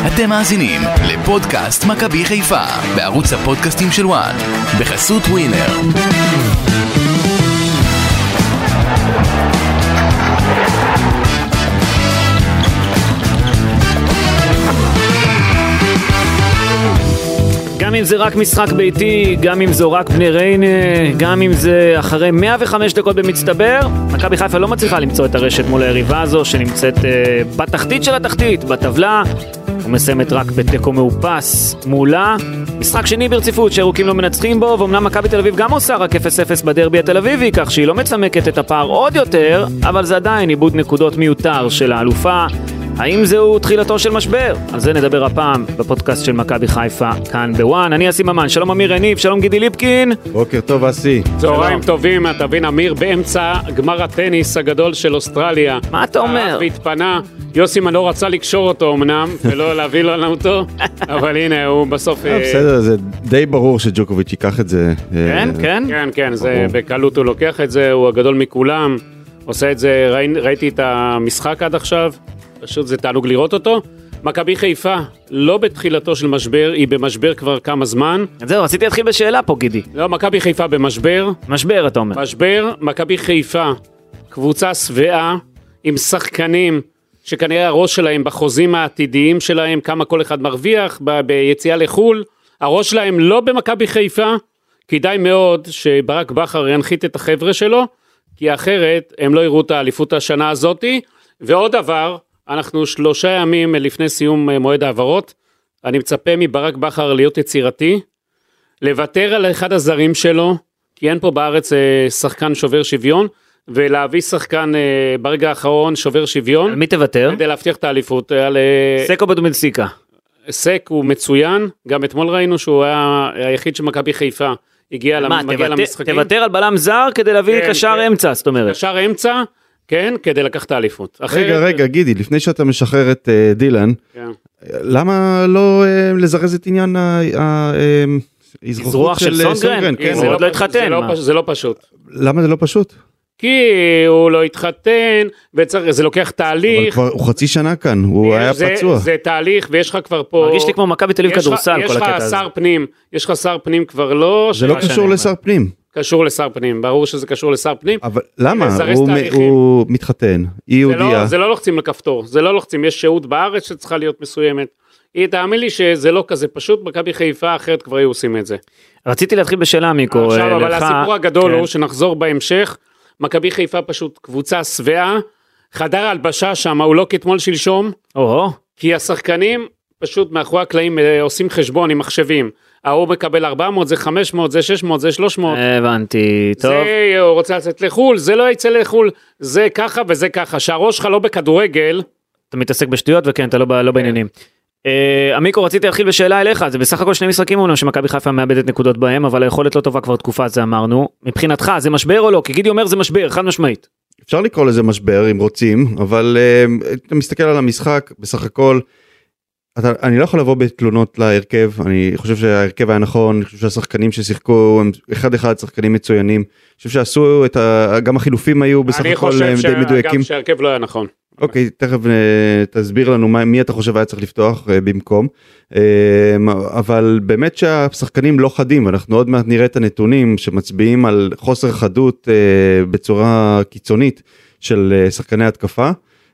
אתם מאזינים לפודקאסט מכבי חיפה בערוץ הפודקאסטים של וואן בחסות ווינר. גם אם זה רק משחק ביתי, גם אם זה רק בני ריינה, גם אם זה אחרי 105 דקות במצטבר, מכבי חיפה לא מצליחה למצוא את הרשת מול היריבה הזו שנמצאת בתחתית של התחתית, בטבלה, ומסיימת רק בתיקו מאופס מולה. משחק שני ברציפות שהירוקים לא מנצחים בו, ואומנם מכבי תל אביב גם עושה רק 0-0 בדרבי התל אביבי, כך שהיא לא מצמקת את הפער עוד יותר, אבל זה עדיין איבוד נקודות מיותר של האלופה. האם זהו תחילתו של משבר? על זה נדבר הפעם בפודקאסט של מכבי חיפה כאן בוואן. אני אסי ממן, שלום אמיר יניב, שלום גידי ליפקין. בוקר טוב אסי. צהריים טובים, אתה מבין אמיר באמצע גמר הטניס הגדול של אוסטרליה. מה אתה אומר? והתפנה, יוסימן לא רצה לקשור אותו אמנם, ולא להביא לו אותו, אבל הנה הוא בסוף... בסדר, זה די ברור שג'וקוביץ' ייקח את זה. כן, כן? כן, כן, זה בקלות הוא לוקח את זה, הוא הגדול מכולם, עושה את זה, ראיתי את המשחק עד עכשיו, פשוט זה תענוג לראות אותו. מכבי חיפה לא בתחילתו של משבר, היא במשבר כבר כמה זמן. זהו, רציתי להתחיל בשאלה פה גידי. לא, מכבי חיפה במשבר. משבר אתה אומר. משבר, מכבי חיפה, קבוצה שבעה, עם שחקנים שכנראה הראש שלהם בחוזים העתידיים שלהם, כמה כל אחד מרוויח ביציאה לחול, הראש שלהם לא במכבי חיפה, כדאי מאוד שברק בכר ינחית את החבר'ה שלו, כי אחרת הם לא יראו את האליפות השנה הזאת. ועוד דבר, אנחנו 3 ימים לפני סיום מועד העברות, אני מצפה מברק בכר להיות יצירתי, לוותר על אחד הזרים שלו, כי אין פה בארץ שחקן שובר שוויון, ולהביא שחקן ברגע האחרון שובר שוויון. על מי תוותר? כדי להבטיח את האליפות. סקו בדומנסיקה. סק הוא מצוין, גם אתמול ראינו שהוא היה היחיד שמכבי חיפה הגיע למשחקים. תוותר על בלם זר כדי להביא קשר אמצע, זאת אומרת. קשר אמצע, כן, כדי לקחת את האליפות. רגע, גידי, לפני שאתה משחרר את דילן, למה לא לזרז את עניין האזרוח של סונגרן? הוא עוד לא התחתן. זה לא פשוט. למה זה לא פשוט? כי הוא לא התחתן, וזה לוקח תהליך. אבל כבר הוא חצי שנה כאן, הוא היה פצוע. זה תהליך, ויש לך כבר פה... מרגיש לי כמו מכבי תל אביב כדורסל, כל הקטע הזה. יש לך שר פנים כבר לא... זה לא קשור לשר פנים. קשור לשר פנים, ברור שזה קשור לשר פנים. אבל למה? הוא מתחתן, היא יהודייה. זה לא לוחצים לכפתור, זה לא לוחצים, יש שהות בארץ שצריכה להיות מסוימת. תאמין לי שזה לא כזה פשוט, מכבי חיפה אחרת כבר היו עושים את זה. רציתי להתחיל בשאלה מיקו. עכשיו, אבל הסיפור הגדול הוא שנחזור בהמשך, מכבי חיפה פשוט קבוצה שבעה, חדר הלבשה שם, הוא לא כתמול שלשום, כי השחקנים פשוט מאחורי הקלעים עושים חשבון עם מחשבים. הוא מקבל 400, זה 500, זה 600, זה 300. הבנתי, טוב. זה, הוא רוצה לצאת לחול, זה לא יצא לחול, זה ככה וזה ככה. שהראש שלך לא בכדורגל. אתה מתעסק בשטויות וכן, אתה לא בעניינים. עמיקו, רציתי להתחיל בשאלה אליך, זה בסך הכל 2 משחקים אומנם שמכבי חיפה מאבדת נקודות בהם, אבל היכולת לא טובה כבר תקופה, זה אמרנו. מבחינתך, זה משבר או לא? כי גידי אומר זה משבר, חד משמעית. אפשר לקרוא לזה משבר אם רוצים, אבל אתה מסתכל על המשחק, בסך הכל, אני לא יכול לבוא בתלונות להרכב, אני חושב שההרכב היה נכון, אני חושב שהשחקנים ששיחקו הם אחד שחקנים מצוינים, אני חושב שעשו גם החילופים היו בסך הכל די מדויקים. אני חושב שההרכב לא היה נכון. אוקיי, תכף תסביר לנו מי אתה חושב היה צריך לפתוח במקום, אבל באמת שהשחקנים לא חדים, אנחנו עוד מעט נראה את הנתונים שמצביעים על חוסר חדות בצורה קיצונית של שחקני התקפה,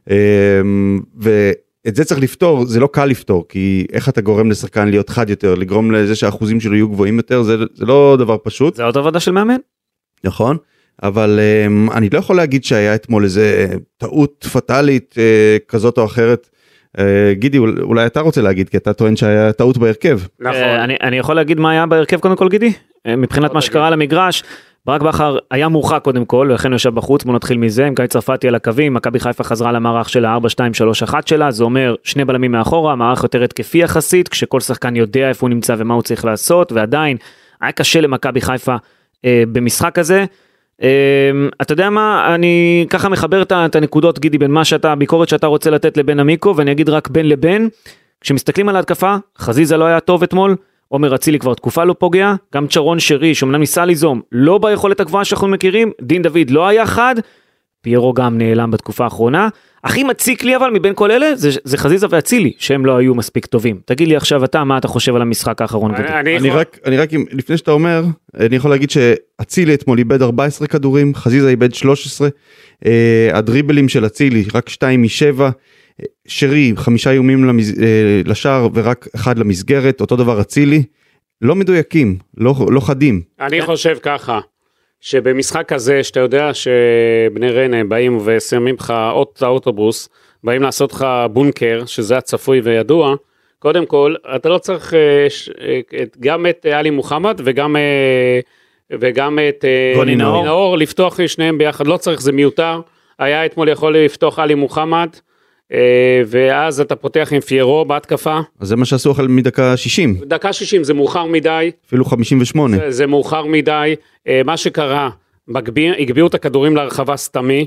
את זה צריך לפתור, זה לא קל לפתור, כי איך אתה גורם לשחקן להיות חד יותר, לגרום לזה שהאחוזים שלו יהיו גבוהים יותר, זה לא דבר פשוט. זה עוד עבודה של מאמן. נכון, אבל אני לא יכול להגיד שהיה אתמול איזה טעות פטלית כזאת או אחרת. גידי, אולי אתה רוצה להגיד, כי אתה טוען שהיה טעות בהרכב. נכון. אני יכול להגיד מה היה בהרכב קודם כל גידי? מבחינת מה שקרה למגרש, ברק בכר היה מורחק קודם כל, ולכן הוא יושב בחוץ, בוא נתחיל מזה, עם גיא צרפתי על הקווים, מכבי חיפה חזרה למערך של ה-4-2-3-1 שלה, זה אומר 2 בלמים מאחורה, מערך יותר התקפי יחסית, כשכל שחקן יודע איפה הוא נמצא ומה הוא צריך לעשות, ועדיין היה קשה למכבי חיפה במשחק הזה. אתה יודע מה, אני ככה מחבר את הנקודות גידי בין מה שאתה, הביקורת שאתה רוצה לתת לבין עמיקו, ואני אגיד רק בין לבין, כשמסתכלים על ההתקפה, חזיזה לא היה טוב אתמול, עומר אצילי כבר תקופה לא פוגע, גם צ'רון שרי שאומנם ניסה ליזום, לא ביכולת הגבוהה שאנחנו מכירים, דין דוד לא היה חד, פיירו גם נעלם בתקופה האחרונה. הכי מציק לי אבל מבין כל אלה, זה חזיזה ואצילי, שהם לא היו מספיק טובים. תגיד לי עכשיו אתה, מה אתה חושב על המשחק האחרון? אני רק, לפני שאתה אומר, אני יכול להגיד שאצילי אתמול איבד 14 כדורים, חזיזה איבד 13, הדריבלים של אצילי רק 2 מ-7, שרי 5 איומים לשער ורק 1 למסגרת, אותו דבר אצילי, לא מדויקים, לא חדים. אני חושב ככה, שבמשחק הזה, שאתה יודע שבני ריינה באים ושמים לך האוטובוס, באים לעשות לך בונקר, שזה הצפוי וידוע, קודם כל, אתה לא צריך גם את אלי מוחמד וגם את גוני נאור, לפתוח שניהם ביחד, לא צריך, זה מיותר, היה אתמול יכול לפתוח אלי מוחמד, ואז אתה פותח עם פיירו בהתקפה. אז זה מה שעשו החל מדקה 60. דקה 60 זה מאוחר מדי. אפילו 58. זה מאוחר מדי. מה שקרה, הגביעו את הכדורים להרחבה סתמי.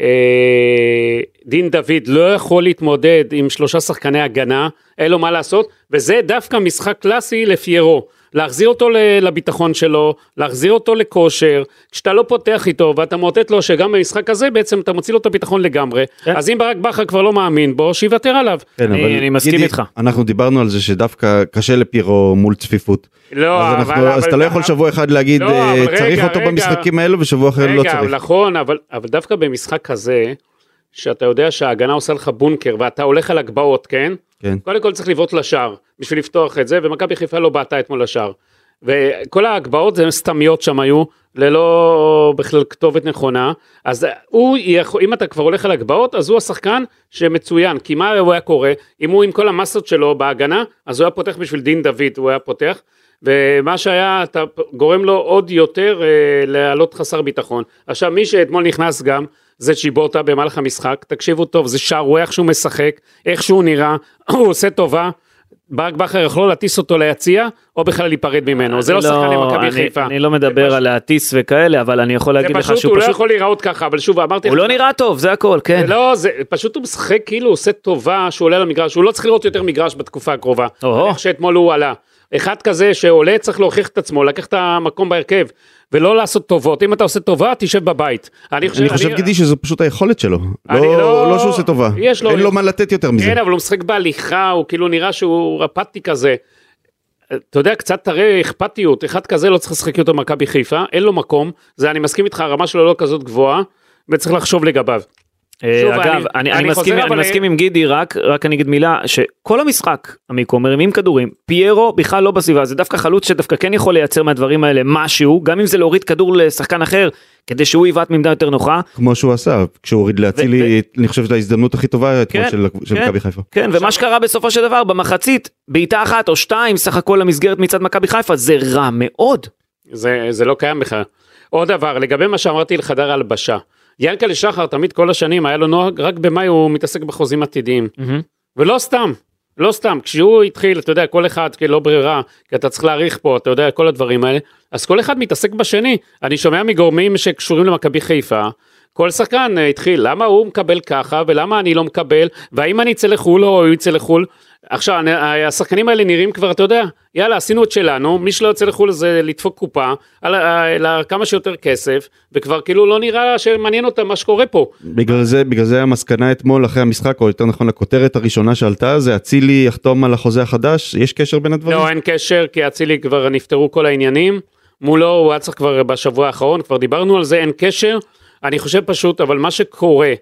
דין דוד לא יכול להתמודד עם 3 שחקני הגנה, אין לו מה לעשות, וזה דווקא משחק קלאסי לפיירו. להחזיר אותו לביטחון שלו, להחזיר אותו לכושר, כשאתה לא פותח איתו, ואתה מוטט לו שגם במשחק הזה, בעצם אתה מוציא לו את הביטחון לגמרי, אז אם ברק בכר כבר לא מאמין בו, שיוותר עליו. אני מסכים איתך. אנחנו דיברנו על זה שדווקא קשה לפיירו מול צפיפות. אז אתה לא יכול שבוע אחד להגיד, צריך אותו במשחקים האלו, ושבוע אחר לא צריך. נכון, אבל דווקא במשחק הזה, שאתה יודע שההגנה עושה לך בונקר, ואתה הולך על הגבעות, כן? כן. קודם כל צריך לבעוט לשער, בשביל לפתוח את זה, ומכבי חיפה לא בעטה אתמול לשער. וכל ההגבעות זה סתמיות שם היו, ללא בכלל כתובת נכונה, אז אם אתה כבר הולך על הגבעות, אז הוא השחקן שמצוין, כי מה הוא היה קורא, אם הוא עם כל המסות שלו בהגנה, אז הוא היה פותח בשביל דין דוד, הוא היה פותח, ומה שהיה, אתה גורם לו עוד יותר לעלות חסר ביטחון. עכשיו מי שאתמול נכנס גם, זה צ'יבוטה במהלך המשחק, תקשיבו טוב, זה שער, איך שהוא משחק, איך שהוא נראה, הוא עושה טובה, ברק בכר יכול להטיס אותו ליציע, או בכלל להיפרד ממנו, זה לא שחקן למכבי חיפה. אני לא מדבר על להטיס וכאלה, אבל אני יכול להגיד לך שהוא פשוט... הוא לא יכול להיראות ככה, אבל שוב, אמרתי... הוא לא נראה טוב, זה הכל, כן. לא, פשוט הוא משחק כאילו, הוא עושה טובה, שהוא עולה למגרש, הוא לא צריך לראות יותר מגרש בתקופה הקרובה, איך שאתמול הוא עלה. אחד כזה שעולה צריך להוכיח את עצמו, לקח את המקום בהרכב, ולא לעשות טובות. אם אתה עושה טובה, תשב בבית. אני חושב גידי שזו פשוט היכולת שלו. לא שהוא עושה טובה. אין לו מה לתת יותר מזה. כן, אבל הוא משחק בהליכה, הוא כאילו נראה שהוא רפתי כזה. אתה יודע, קצת תראה אכפתיות. אחד כזה לא צריך לשחק יותר מכבי חיפה, אין לו מקום. זה אני מסכים איתך, הרמה שלו לא כזאת גבוהה, וצריך לחשוב לגביו. אגב, אני מסכים עם גידי, רק אני אגיד מילה, שכל המשחק, עמיקו, מרימים כדורים, פיירו בכלל לא בסביבה, זה דווקא חלוץ שדווקא כן יכול לייצר מהדברים האלה משהו, גם אם זה להוריד כדור לשחקן אחר, כדי שהוא יבעט מעמדה יותר נוחה. כמו שהוא עשה, כשהוא הוריד להצילי, אני חושב שזו ההזדמנות הכי טובה של מכבי חיפה. כן, ומה שקרה בסופו של דבר, במחצית, בעיטה 1 או 2, סך הכל למסגרת מצד מכבי חיפה, זה רע מאוד. זה לא קיים בכלל. עוד דבר, לגבי מה שאמרתי לחדר הלבשה, ינקלה שחר תמיד כל השנים היה לו נוהג, רק במאי הוא מתעסק בחוזים עתידיים. ולא סתם, לא סתם, כשהוא התחיל, אתה יודע, כל אחד, כי לא ברירה, כי אתה צריך להעריך פה, אתה יודע, כל הדברים האלה, אז כל אחד מתעסק בשני. אני שומע מגורמים שקשורים למכבי חיפה, כל שחקן התחיל, למה הוא מקבל ככה, ולמה אני לא מקבל, והאם אני אצא לחול או הוא יצא לחול, עכשיו, השחקנים האלה נראים כבר, אתה יודע, יאללה, עשינו את שלנו, מי שלא יוצא לחול זה לדפוק קופה, על כמה שיותר כסף, וכבר כאילו לא נראה שמעניין אותם מה שקורה פה. בגלל זה המסקנה אתמול אחרי המשחק, או יותר נכון, הכותרת הראשונה שעלתה, זה אצילי יחתום על החוזה החדש, יש קשר בין הדברים? לא, אין קשר, כי אצילי כבר נפטרו כל העניינים, מולו הוא היה צריך כבר בשבוע האחרון, כבר דיברנו על זה, אין קשר, אני חושב פשוט, אבל מה שקורה,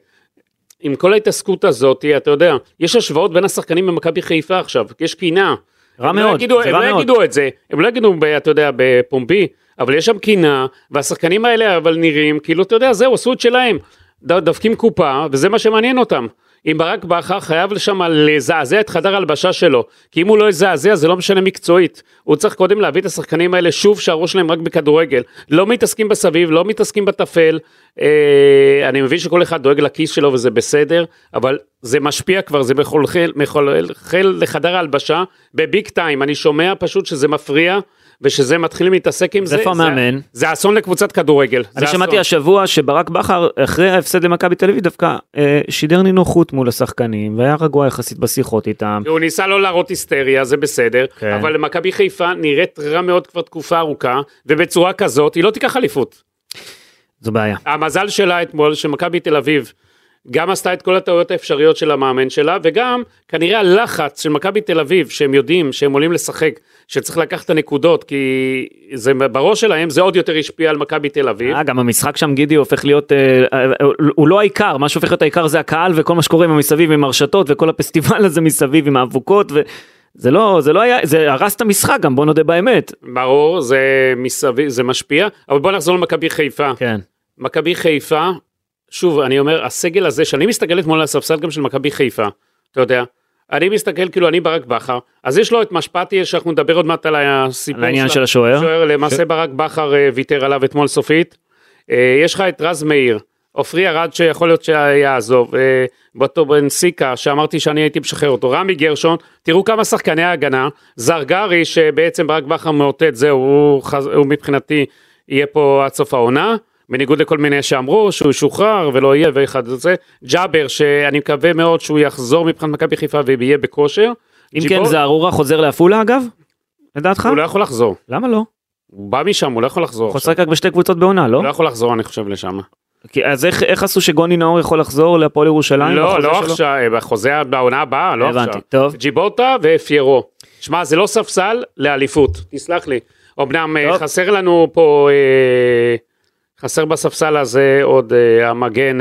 עם כל ההתעסקות הזאת, אתה יודע, יש השוואות בין השחקנים במכבי חיפה עכשיו, יש קינה. רע מאוד, הם לא יגידו את זה, הם לא יגידו, אתה יודע, בפומבי, אבל יש שם קינה, והשחקנים האלה אבל נראים, כאילו, אתה יודע, זהו, עשו את שלהם, דפקים קופה, וזה מה שמעניין אותם. אם ברק בכר חייב לשם לזעזע את חדר הלבשה שלו, כי אם הוא לא יזעזע, זה לא משנה מקצועית, הוא צריך קודם להביא את השחקנים האלה שוב שהראש שלהם רק בכדורגל, לא מתעסקים בסביב, לא מתעסקים בטפל, אני מבין שכל אחד דואג לכיס שלו וזה בסדר, אבל זה משפיע כבר, זה מחלחל לחדר ההלבשה, בביג טיים, אני שומע פשוט שזה מפריע, ושזה מתחילים להתעסק עם זה, זה אסון לקבוצת כדורגל. אני שמעתי השבוע שברק בכר, אחרי ההפסד למכבי תל אביב, דווקא שידר נינוחות מול השחקנים, והיה רגוע יחסית בשיחות איתם. הוא ניסה לא להראות היסטריה, זה בסדר, אבל למכבי חיפה נראית רע מאוד כבר תקופה ארוכה, ובצורה כזאת היא לא תיקח אליפות. זו בעיה. המזל שלה אתמול, שמכבי תל אביב, גם עשתה את כל הטעויות האפשריות של המאמן שלה, וגם כנראה הלחץ של מכבי תל אביב, שהם יודעים שהם עולים לשחק, שצריך לקחת את הנקודות, כי זה בראש שלהם, זה עוד יותר השפיע על מכבי תל אביב. גם המשחק שם גידי הופך להיות, הוא לא העיקר, מה שהופך להיות העיקר זה הקהל, וכל מה שקורה מסביב עם הרשתות, וכל הפסטיבל הזה מסביב עם האבוקות, זה לא היה, זה הרס את המשחק גם, בוא נודה באמת. ברור, זה מסביב, זה משפיע, אבל בוא נחזור למכבי חיפה. כן. מכבי חיפה, שוב, אני אומר, הסגל הזה, שאני מסתכל אתמול על הספסל גם של מכבי חיפה, אתה יודע, אני מסתכל כאילו אני ברק בכר, אז יש לו את משפטי, שאנחנו נדבר עוד מעט על הסיפור העניין של השוער. למעשה ברק בכר ויתר עליו אתמול סופית, יש לך את רז מאיר, עופרי ארד שיכול להיות שיעזוב, בוטובנסיקה שאמרתי שאני הייתי משחרר אותו, רמי גרשון, תראו כמה שחקני ההגנה, זרגרי שבעצם ברק בכר מאותת, זהו, הוא מבחינתי יהיה פה עד סוף העונה, בניגוד לכל מיני שאמרו שהוא שוחרר ולא יהיה ואחד זה, ג'אבר שאני מקווה מאוד שהוא יחזור מבחינת מכבי חיפה ויהיה בכושר. אם כן זה ארורה חוזר להפעולה אגב? לדעתך? הוא לא יכול לחזור. למה לא? הוא בא משם, הוא לא יכול לחזור. חוסק רק בשתי קבוצות בעונה, לא? הוא לא יכול לחזור אני חושב לשם. אז איך עשו שגוני נאור יכול לחזור להפועל ירושלים? לא עכשיו, בחוזה בעונה הבאה, לא עכשיו. ג'יבוטה ופיירו. שמע, זה לא ספסל לאליפות, תסלח לי. אמנם חסר לנו פה, חסר בספסל הזה עוד המגן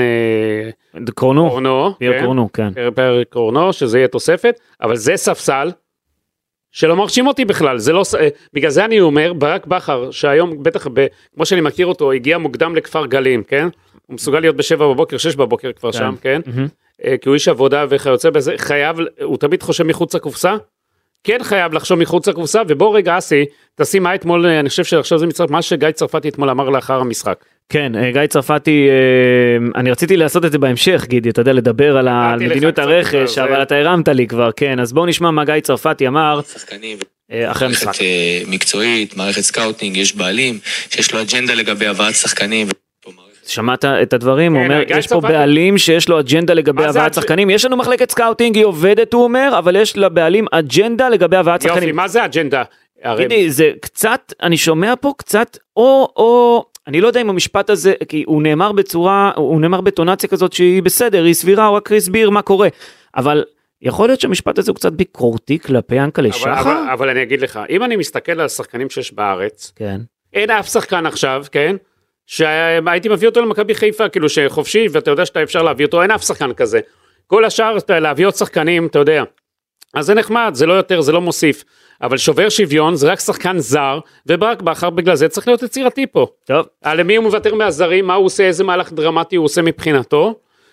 קורנו, פר קורנו, שזה יהיה תוספת, אבל זה ספסל שלא מרשים אותי בכלל, זה לא, בגלל זה אני אומר, ברק בכר, שהיום בטח, כמו שאני מכיר אותו, הגיע מוקדם לכפר גלים, כן? הוא מסוגל להיות ב7 בבוקר, 6 בבוקר כבר שם, כן? כי הוא איש עבודה וכיוצא בזה, חייב, הוא תמיד חושב מחוץ לקופסה, כן חייב לחשוב מחוץ לקופסה, ובוא רגע אסי, תשים מה אתמול, אני חושב שעכשיו זה מצטרף, מה שגיא צרפתי אתמול אמר לאחר המשחק. כן, גיא צרפתי, אני רציתי לעשות את זה בהמשך, גידי, אתה יודע, לדבר על מדיניות הרכש, אבל אתה הרמת לי כבר, כן, אז בואו נשמע מה גיא צרפתי אמר, אחרי המשחק. מקצועית, מערכת סקאוטינג, יש בעלים, שיש לו אג'נדה לגבי הבאת שחקנים. שמעת את הדברים, הוא אומר, יש פה בעלים שיש לו אג'נדה לגבי הבאת שחקנים, יש לנו מחלקת סקאוטינג, היא עובדת, הוא אומר, אבל יש לבעלים אג'נדה לגבי הבאת שחקנים. יופי, מה זה אג'נדה? גידי, זה קצת, אני שומע פה קצת, אני לא יודע אם המשפט הזה, כי הוא נאמר בצורה, הוא נאמר בטונציה כזאת שהיא בסדר, היא סבירה, הוא רק הסביר מה קורה, אבל יכול להיות שהמשפט הזה הוא קצת ביקורתי כלפי ינקלה שחר? אבל אני אגיד לך, אם אני מסתכל על השחקנים שיש בארץ, כן. אין אף שחקן עכשיו, כן? שהייתי מביא אותו למכבי חיפה, כאילו שחופשי, ואתה יודע שאתה אפשר להביא אותו, אין אף שחקן כזה. כל השאר, להביא עוד שחקנים, אתה יודע. אז זה נחמד, זה לא יותר, זה לא מוסיף. אבל שובר שוויון, זה רק שחקן זר, וברק בכר בגלל זה צריך להיות יצירתי פה. טוב. על מי הוא מוותר מהזרים, מה הוא עושה, איזה מהלך דרמטי הוא עושה מבחינתו.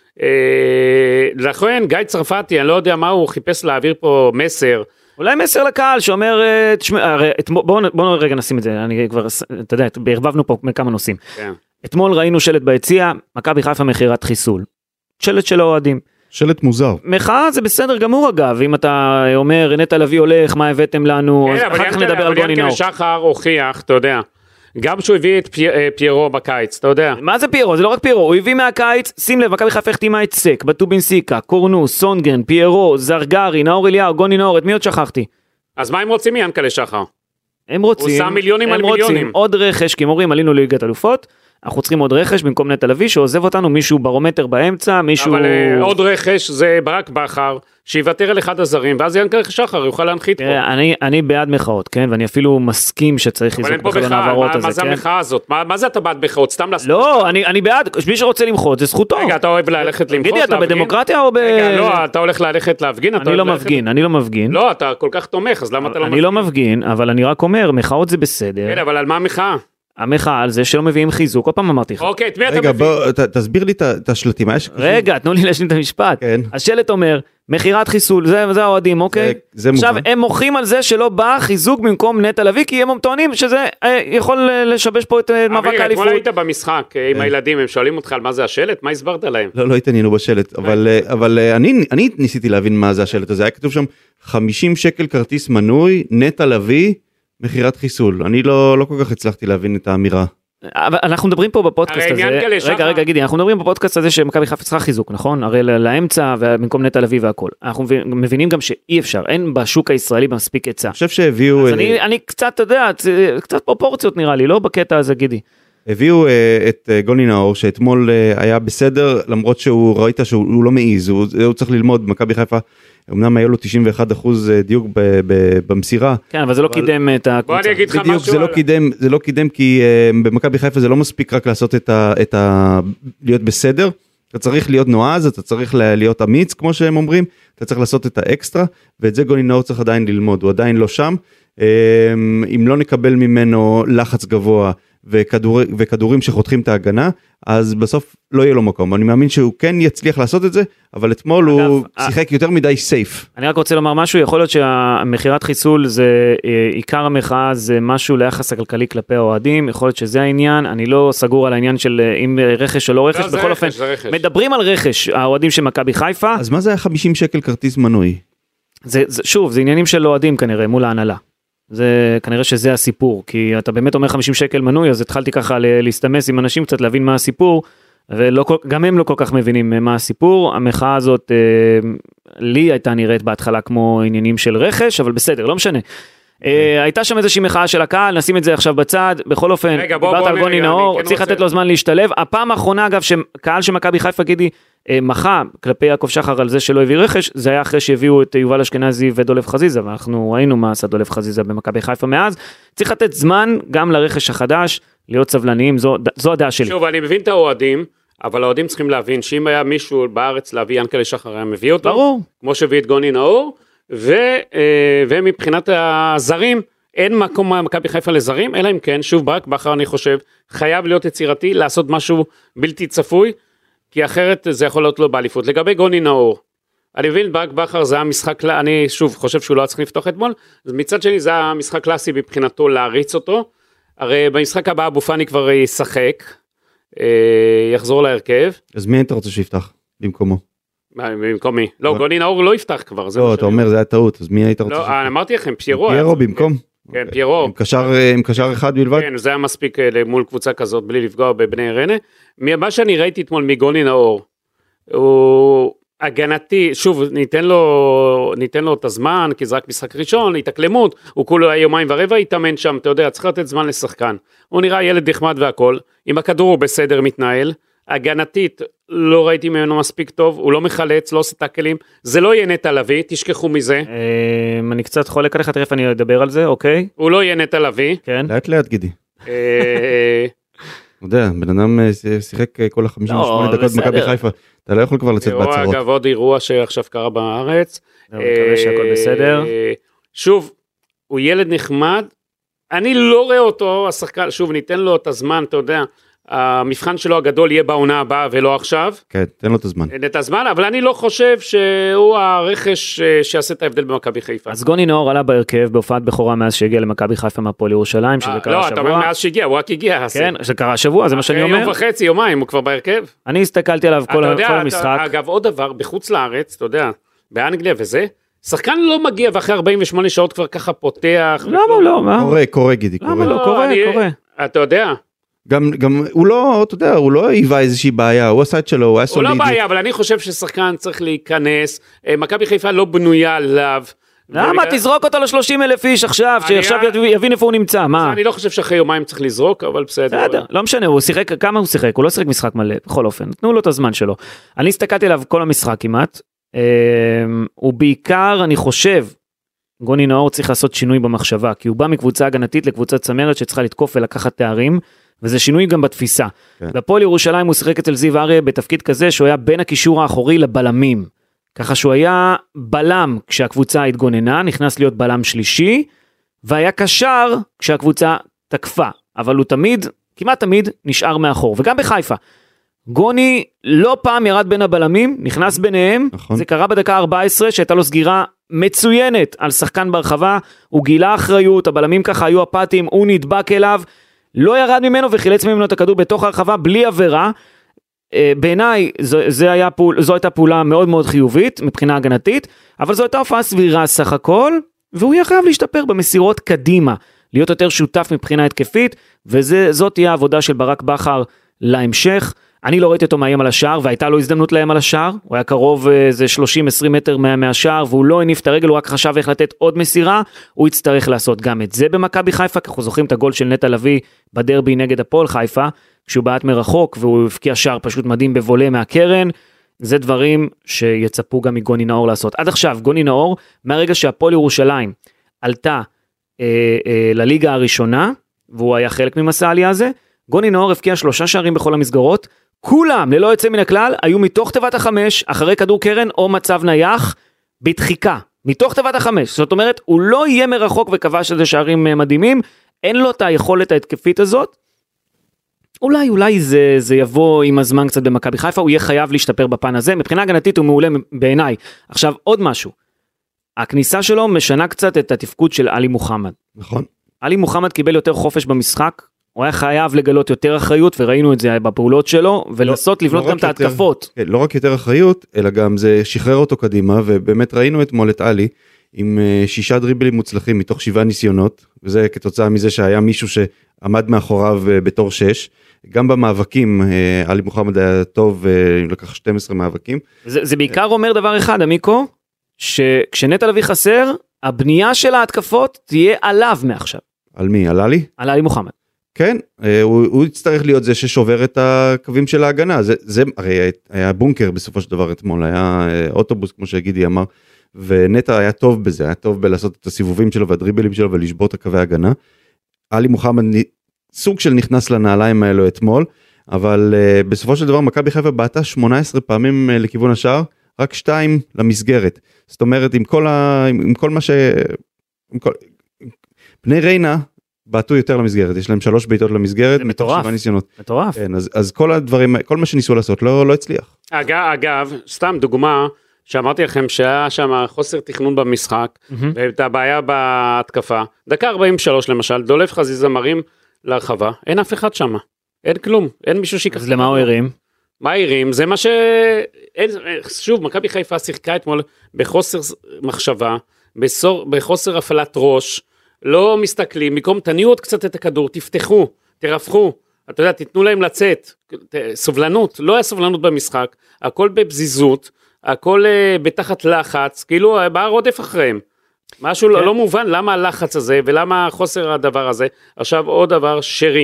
לכן, גיא צרפתי, אני לא יודע מה הוא חיפש להעביר פה מסר. אולי מסר לקהל שאומר, בואו רגע נשים את זה, אני כבר, אתה יודע, הרבבנו פה מכמה נושאים. כן. אתמול ראינו שלט ביציע, מכבי חיפה מכירת חיסול. שלט של האוהדים. שלט מוזר. מחאה זה בסדר גמור אגב, אם אתה אומר, נטע לביא הולך, מה הבאתם לנו, אז אחר כך נדבר על גוני נאור. אבל ינקלה שחר הוכיח, אתה יודע, גם שהוא הביא את פיירו בקיץ, אתה יודע. מה זה פיירו? זה לא רק פיירו, הוא הביא מהקיץ, שים לב, מכבי חיפה החתימה את סק, בטובינסיקה, קורנו, סונגרן, פיירו, זרגרי, נאור אליהו, גוני נאור, את מי עוד שכחתי? אז מה הם רוצים מינקלה שחר? הם רוצים, הוא שם מיליונים על מיליונים. עוד רכש, כי הם אומרים, עלינו לליגת אלופות, אנחנו צריכים עוד רכש במקום נטע לביא, שעוזב אותנו מישהו ברומטר באמצע, מישהו... אבל עוד רכש זה ברק בכר, שיוותר על אחד הזרים, ואז ינקלה שחר יוכל להנחית פה. אני בעד מחאות, כן? ואני אפילו מסכים שצריך לזרוק בחלון העברות הזה, כן? מה זה המחאה הזאת? מה זה אתה בעד מחאות? סתם לעשות... לא, אני בעד, מי שרוצה למחות, זה זכותו. רגע, אתה אוהב ללכת למחות, גידי, אתה בדמוקרטיה או ב... רגע, לא, אתה הולך ללכת להפגין? אני לא מפגין. לא, אתה כל כך תומך, אז למה אתה לא מפגין? אני לא מפגין, אבל אני רק אומר, מחאות זה בסדר. כן, אבל על מה המחאה? המחאה על זה שלא מביאים חיזוק, כל פעם אמרתי לך. אוקיי, את מי אתה רגע, מביא? בוא, תסביר לי את השלטים. רגע, תנו לי להשלים את המשפט. כן. השלט אומר, מכירת חיסול, זה האוהדים, אוקיי? זה עכשיו, מובן. הם מוחים על זה שלא בא חיזוק במקום נטע לביא, כי הם טוענים שזה יכול לשבש פה את מאבק האליפות. אתמול היית במשחק עם הילדים, הם שואלים אותך על מה זה השלט, מה הסברת להם? לא התעניינו בשלט, אבל אני ניסיתי להבין מה זה השלט הזה, היה כתוב שם 50 שקל כרטיס מנוי, נטע לביא, מכירת חיסול. אני לא כל כך הצלחתי להבין את האמירה. אבל אנחנו מדברים פה בפודקאסט הזה, רגע גידי, אנחנו מדברים בפודקאסט הזה שמכבי חיפה צריכה חיזוק, נכון? הרי לאמצע ובמקום נטע לביא והכל. אנחנו מבינים גם שאי אפשר, אין בשוק הישראלי מספיק היצע. אני חושב שהביאו... אז אני קצת, אתה יודע, קצת פרופורציות נראה לי, לא בקטע הזה גידי. הביאו את גוני נאור, שאתמול היה בסדר, למרות שהוא ראית שהוא לא מעיז, הוא צריך ללמוד, מכבי חיפה, אמנם היה לו 91% דיוק במסירה. כן, אבל זה לא קידם את הקבוצה. בוא אני אגיד לך בדיוק, משהו. זה לא קידם, כי במכבי חיפה זה לא מספיק רק לעשות להיות בסדר, אתה צריך להיות נועז, אתה צריך להיות אמיץ, כמו שהם אומרים, אתה צריך לעשות את האקסטרה, ואת זה גוני נאור צריך עדיין ללמוד, הוא עדיין לא שם, אם לא נקבל ממנו לחץ גבוה, וכדורים שחותכים את ההגנה, אז בסוף לא יהיה לו מקום. אני מאמין שהוא כן יצליח לעשות את זה, אבל אתמול הוא שיחק יותר מדי סייף. אני רק רוצה לומר משהו, יכול להיות שהמחירת חיסול זה עיקר המחאה, זה משהו ליחס הכלכלי כלפי האוהדים, יכול להיות שזה העניין, אני לא סגור על העניין של אם רכש או לא רכש, בכל אופן, מדברים על רכש, האוהדים של מכבי חיפה. אז מה זה היה 50 שקל כרטיס מנוי? שוב, זה עניינים של אוהדים כנראה, מול ההנהלה. זה כנראה שזה הסיפור, כי אתה באמת אומר 50 שקל מנוי, אז התחלתי ככה להסתמס עם אנשים קצת להבין מה הסיפור, וגם הם לא כל כך מבינים מה הסיפור. המחאה הזאת לי הייתה נראית בהתחלה כמו עניינים של רכש, אבל בסדר, לא משנה. הייתה שם איזושהי מחאה של הקהל, נשים את זה עכשיו בצד, בכל אופן, דיברת על גוני נאור, צריך לתת לו זמן להשתלב. הפעם האחרונה אגב, שקהל של מכבי חיפה גידי מחה כלפי יעקב שחר על זה שלא הביא רכש, זה היה אחרי שהביאו את יובל אשכנזי ודולב חזיזה, ואנחנו ראינו מה עשה דולב חזיזה במכבי חיפה מאז. צריך לתת זמן גם לרכש החדש, להיות סבלניים, זו הדעה שלי. שוב, אני מבין את האוהדים, אבל האוהדים צריכים להבין שאם היה מישהו בארץ להביא ינקלה שחר, היה מביא אותו, ברור. כמו שהביא את גוני נאור, ומבחינת הזרים, אין מקום מכבי חיפה לזרים, אלא אם כן, שוב ברק בכר אני חושב, חייב להיות יצירתי, לעשות משהו בלתי צפוי, כי אחרת זה יכול להיות לא באליפות. לגבי גוני נאור, אני מבין, ברק בכר זה המשחק, אני שוב חושב שהוא לא היה צריך לפתוח אתמול, אז מצד שני זה המשחק קלאסי מבחינתו להריץ אותו, הרי במשחק הבא אבו פאני כבר ישחק, יחזור להרכב. אז מי אתה רוצה שיפתח במקומו? במקומי. לא, גוני נאור לא יפתח כבר. לא, אתה אומר זה היה טעות, אז מי היית רוצה שיפתח? לא, אמרתי לכם, פיירו. פיירו במקום? כן, פיירו. עם קשר אחד בלבד? כן, זה היה מספיק מול קבוצה כזאת, בלי לפגוע בבני רנה. מה שאני ראיתי אתמול מגוני נאור, הוא הגנתי, שוב, ניתן לו את הזמן, כי זה רק משחק ראשון, התאקלמות, הוא כולו יומיים ורבע, התאמן שם, אתה יודע, צריך לתת זמן לשחקן. הוא נראה ילד נחמד והכל, עם הכדור הוא בסדר מתנהל, הגנתית לא ראיתי ממנו מספיק טוב, הוא לא מחלץ, לא עושה טאקלים, זה לא יהיה נטע לביא, תשכחו מזה. אני קצת חולק עליך, תכף אני אדבר על זה, אוקיי? הוא לא יהיה נטע לביא. כן. לאט גידי. אתה יודע, בן אדם שיחק כל ה-58 דקות במכבי חיפה, אתה לא יכול כבר לצאת בהצהרות. אגב, עוד אירוע שעכשיו קרה בארץ. מקווה שהכל בסדר. שוב, הוא ילד נחמד, אני לא רואה אותו, השחקן, שוב, ניתן לו את הזמן, אתה יודע, המבחן שלו הגדול יהיה בעונה הבאה ולא עכשיו. כן, תן לו את הזמן. את הזמן, אבל אני לא חושב שהוא הרכש שיעשה את ההבדל במכבי חיפה. אז גוני נאור עלה בהרכב בהופעת בכורה מאז שהגיע למכבי חיפה מהפועל ירושלים, שזה קרה לא, אתה אומר מאז שהגיע, הוא רק הגיע. כן, זה קרה השבוע, זה מה שאני אומר. יום וחצי, יומיים, הוא כבר בהרכב. אני הסתכלתי עליו כל המשחק. אגב, עוד דבר, בחוץ לארץ, אתה יודע, באנגליה וזה, שחקן לא מגיע ואחרי 48 שעות כבר ככה פותח. למה לא? קורה גידי, קורה. למה לא? קורה. אתה יודע. גם הוא לא, אתה יודע, הוא לא היווה איזושהי בעיה, הוא עשה את שלו, הוא היה סולידי. הוא לא בעיה, אבל אני חושב ששחקן צריך להיכנס, מכבי חיפה לא בנויה עליו. למה? תזרוק אותו ל30,000 איש עכשיו, שעכשיו יבין איפה הוא נמצא, מה? אני לא חושב שאחרי יומיים צריך לזרוק, אבל בסדר. לא משנה, הוא שיחק, כמה הוא שיחק? הוא לא שיחק משחק מלא, בכל אופן, תנו לו את הזמן שלו. אני הסתכלתי עליו כל המשחק כמעט, ובעיקר אני חושב, גוני נאור צריך לעשות שינוי במחשבה, כי הוא בא מקבוצה הגנתית לקבוצה צמרת שצריכה לתקוף ולקחת תארים, וזה שינוי גם בתפיסה. בפועל ירושלים הוא שיחק אצל זיו אריה בתפקיד כזה שהוא היה בין הקישור האחורי לבלמים. ככה שהוא היה בלם כשהקבוצה התגוננה, נכנס להיות בלם שלישי, והיה קשר כשהקבוצה תקפה. אבל הוא תמיד, כמעט תמיד, נשאר מאחור. וגם בחיפה. גוני לא פעם ירד בין הבלמים, נכנס ביניהם, זה קרה בדקה 14, שהייתה לו סגירה מצוינת על שחקן ברחבה, הוא גילה אחריות, הבלמים ככה היו אפתיים, הוא נדבק אליו, לא ירד ממנו וחילץ ממנו את הכדור בתוך הרחבה בלי עבירה. בעיניי זו הייתה פעולה מאוד מאוד חיובית מבחינה הגנתית, אבל זו הייתה הופעה סבירה סך הכל, והוא יהיה חייב להשתפר במסירות קדימה, להיות יותר שותף מבחינה התקפית, וזאת תהיה העבודה של ברק בכר להמשך. אני לא ראיתי אותו מאיים על השער, והייתה לו הזדמנות להם על השער, הוא היה קרוב איזה 30-20 מטר מהשער, והוא לא הניף את הרגל, הוא רק חשב איך לתת עוד מסירה, הוא יצטרך לעשות גם את זה במכבי חיפה, כי אנחנו זוכרים את הגול של נטע לביא בדרבי נגד הפועל חיפה, כשהוא בעט מרחוק, והוא הפקיע שער פשוט מדהים בבולה מהקרן, זה דברים שיצפו גם מגוני נאור לעשות. עד עכשיו, גוני נאור, מהרגע שהפועל ירושלים עלתה לליגה הראשונה, והוא היה חלק ממסע העלייה הזה, גוני נאור הפקיע 3 שערים בכל המסגרות, כולם, ללא יוצא מן הכלל, היו מתוך תיבת החמש, אחרי כדור קרן או מצב נייח, בדחיקה, מתוך תיבת החמש. זאת אומרת, הוא לא יהיה מרחוק וכבש שזה שערים מדהימים, אין לו את היכולת ההתקפית הזאת, אולי זה יבוא עם הזמן קצת במכבי חיפה, הוא יהיה חייב להשתפר בפן הזה, מבחינה הגנתית הוא מעולה בעיניי. עכשיו, עוד משהו, הכניסה שלו משנה קצת את התפקוד של עלי מוחמד. נכון. עלי מוחמד קיבל יותר חופש במשחק, הוא היה חייב לגלות יותר אחריות, וראינו את זה בפעולות שלו, ולנסות לבנות גם את ההתקפות. לא רק יותר אחריות, אלא גם זה שחרר אותו קדימה, ובאמת ראינו אתמול את עלי, עם 6 דריבלים מוצלחים מתוך 7 ניסיונות, וזה כתוצאה מזה שהיה מישהו שעמד מאחוריו בתור 6, גם במאבקים, עלי מוחמד היה טוב, לקח 12 מאבקים. זה בעיקר אומר דבר אחד, אמיקו, שכשנטע לביא חסר, הבנייה של ההתקפות תהיה עליו מעכשיו. על מי? על עלי? על עלי מוחמד. כן, הוא יצטרך להיות זה ששובר את הקווים של ההגנה, זה הרי היה בונקר בסופו של דבר אתמול, היה אוטובוס כמו שהגידי אמר, ונטע היה טוב בזה, היה טוב בלעשות את הסיבובים שלו והדריבלים שלו ולשבור את הקווי ההגנה. עלי מוחמד סוג של נכנס לנעליים האלו אתמול, אבל בסופו של דבר מכבי חיפה בעטה 18 פעמים לכיוון השער, רק 2 למסגרת. זאת אומרת, עם כל מה בני ריינה בעטו יותר למסגרת, יש להם 3 בעיטות למסגרת, מתוך 7 ניסיונות. מטורף. כן, אז כל הדברים, כל מה שניסו לעשות לא הצליח. אגב, סתם דוגמה, שאמרתי לכם שהיה שם חוסר תכנון במשחק, ואת הבעיה בהתקפה, דקה 43 למשל, דולף חזיזה מרים להרחבה, אין אף אחד שם, אין כלום, אין מישהו שיקח. אז למה הוא הרים? מה הרים? זה מה שוב, מכבי חיפה שיחקה אתמול בחוסר מחשבה, בחוסר הפעלת ראש, לא מסתכלים, מקום תניעו עוד קצת את הכדור, תפתחו, תרפחו, אתה יודע, תיתנו להם לצאת, סובלנות, לא היה סובלנות במשחק, הכל בבזיזות, הכל בתחת לחץ, כאילו בא רודף אחריהם, משהו לא מובן, למה הלחץ הזה, ולמה חוסר הדבר הזה. עכשיו עוד דבר,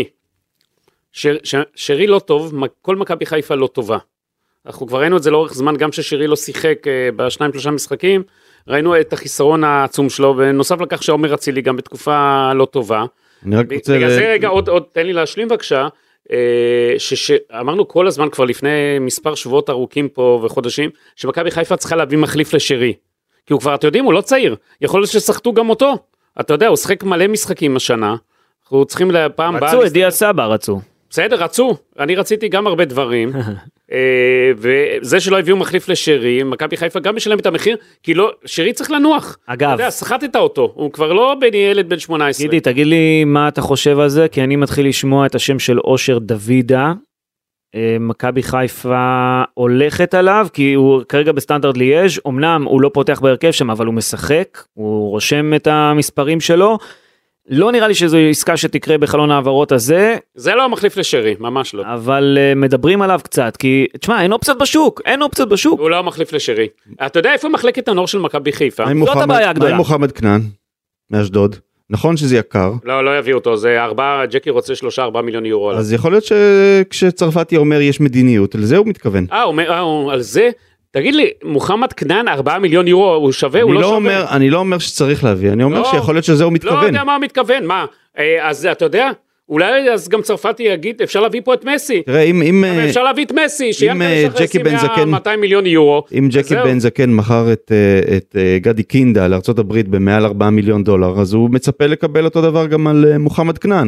שרי לא טוב, כל מכבי חיפה לא טובה, אנחנו כבר ראינו את זה לאורך זמן, גם ששרי לא שיחק ב2-3 משחקים, ראינו את החיסרון העצום שלו, ונוסף לכך שעומר אצילי גם בתקופה לא טובה. אני רק רוצה... בגלל זה רגע, עוד תן לי להשלים בבקשה, שאמרנו כל הזמן כבר לפני מספר שבועות ארוכים פה וחודשים, שמכבי חיפה צריכה להביא מחליף לשרי. כי הוא כבר, אתם יודעים, הוא לא צעיר. יכול להיות ששחטו גם אותו. אתה יודע, הוא שחק מלא משחקים השנה. אנחנו צריכים לפעם... רצו, את דיה סבא רצו. בסדר, רצו. אני רציתי גם הרבה דברים. וזה שלא הביאו מחליף לשרי, מכבי חיפה גם משלם את המחיר, כי לא, שרי צריך לנוח. אגב. אתה יודע, שחטת אותו. הוא כבר לא ילד בן 18. גידי, תגיד לי מה אתה חושב על זה, כי אני מתחיל לשמוע את השם של אושר דוידה. מכבי חיפה הולכת עליו, כי הוא כרגע בסטנדרט ליאז', אמנם הוא לא פותח בהרכב שם, אבל הוא משחק, הוא רושם את המספרים שלו, לא נראה לי שזו עסקה שתקרה בחלון העברות הזה. זה לא המחליף לשרי, ממש לא. אבל מדברים עליו קצת, כי, תשמע, אין אופציות בשוק. הוא לא המחליף לשרי. אתה יודע איפה מחלקת הנוער של מכבי חיפה? זאת הבעיה הגדולה. מה עם מוחמד כנען, מאשדוד? נכון שזה יקר. לא יביא אותו, זה ג'קי רוצה 3-4 מיליון יורו. אז יכול להיות שכשצרפתי אומר יש מדיניות, לזה הוא מתכוון. על זה? תגיד לי, מוחמד כנען 4 מיליון יורו, הוא שווה, הוא לא שווה? אני לא אומר שצריך להביא, אני אומר שיכול להיות שזה הוא מתכוון. לא יודע מה הוא מתכוון, מה? אז אתה יודע, אולי אז גם צרפתי יגיד, אפשר להביא פה את מסי. תראה, אפשר להביא את מסי, שיהיה ג'קי בן זקן, 200 מיליון יורו. אם ג'קי בן זקן מכר את גדי קינדה לארצות הברית במעל 4 מיליון דולר, אז הוא מצפה לקבל אותו דבר גם על מוחמד כנען.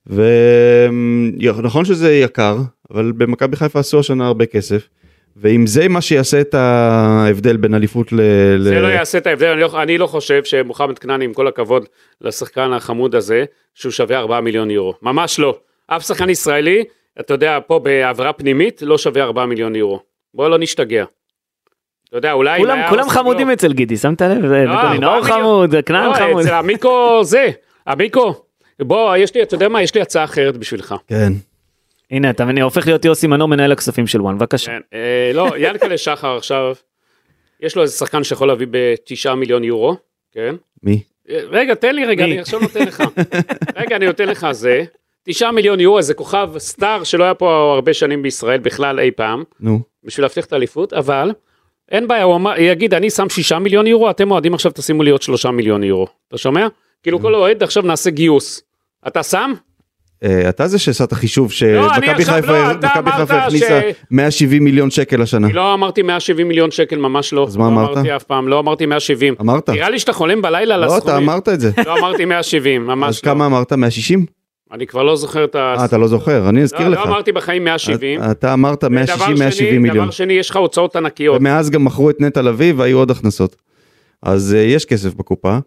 ונכון שזה יקר, אבל במכבי חיפה עשו השנה הרבה כסף. ואם זה מה שיעשה את ההבדל בין אליפות זה לא יעשה את ההבדל, אני לא חושב שמוחמד כנעני, עם כל הכבוד לשחקן החמוד הזה, שהוא שווה 4 מיליון יורו. ממש לא. אף שחקן ישראלי, אתה יודע, פה בעברה פנימית, לא שווה 4 מיליון יורו. בואו לא נשתגע. אתה יודע, אולי... כולם חמודים אצל גידי, שמת לב? נאור חמוד, כנען חמוד. אצל עמיקו זה, עמיקו, בוא, אתה יודע מה, יש לי הצעה אחרת בשבילך. כן. הנה, אני הופך להיות יוסי מנור, מנהל הכספים של וואן, בבקשה. לא, ינקלה שחר עכשיו, יש לו איזה שחקן שיכול להביא ב9 מיליון יורו, כן? מי? רגע, תן לי רגע, אני עכשיו נותן לך. רגע, אני נותן לך זה. 9 מיליון יורו, איזה כוכב סטאר שלא היה פה הרבה שנים בישראל, בכלל אי פעם. נו. בשביל להבטיח את האליפות, אבל אין בעיה, הוא יגיד, אני שם 6 מיליון יורו, אתם אוהדים עכשיו תשימו לי עוד 3 מיליון יורו. אתה שומע? כאילו כל אוהד עכשיו נעשה גיוס. אתה שם? אתה זה שעשה את החישוב שמכבי חיפה הכניסה 170 מיליון שקל השנה. אני לא אמרתי 170 מיליון שקל, ממש לא. אז מה אמרת? לא אמרתי אף פעם, לא אמרתי 170. אמרת? נראה לי שאתה חולם בלילה על לא, הסכומים. אתה אמרת את זה. לא אמרתי 170, ממש לא. אז כמה אמרת? 160? אני כבר לא זוכר את ה... אתה לא זוכר, אני אזכיר לך. לא אמרתי בחיים 170. אתה אמרת 160-170 מיליון. דבר שני, יש לך הוצאות ענקיות. ומאז גם מכרו את נטע לביא והיו עוד הכנסות. אז יש כסף בקופה,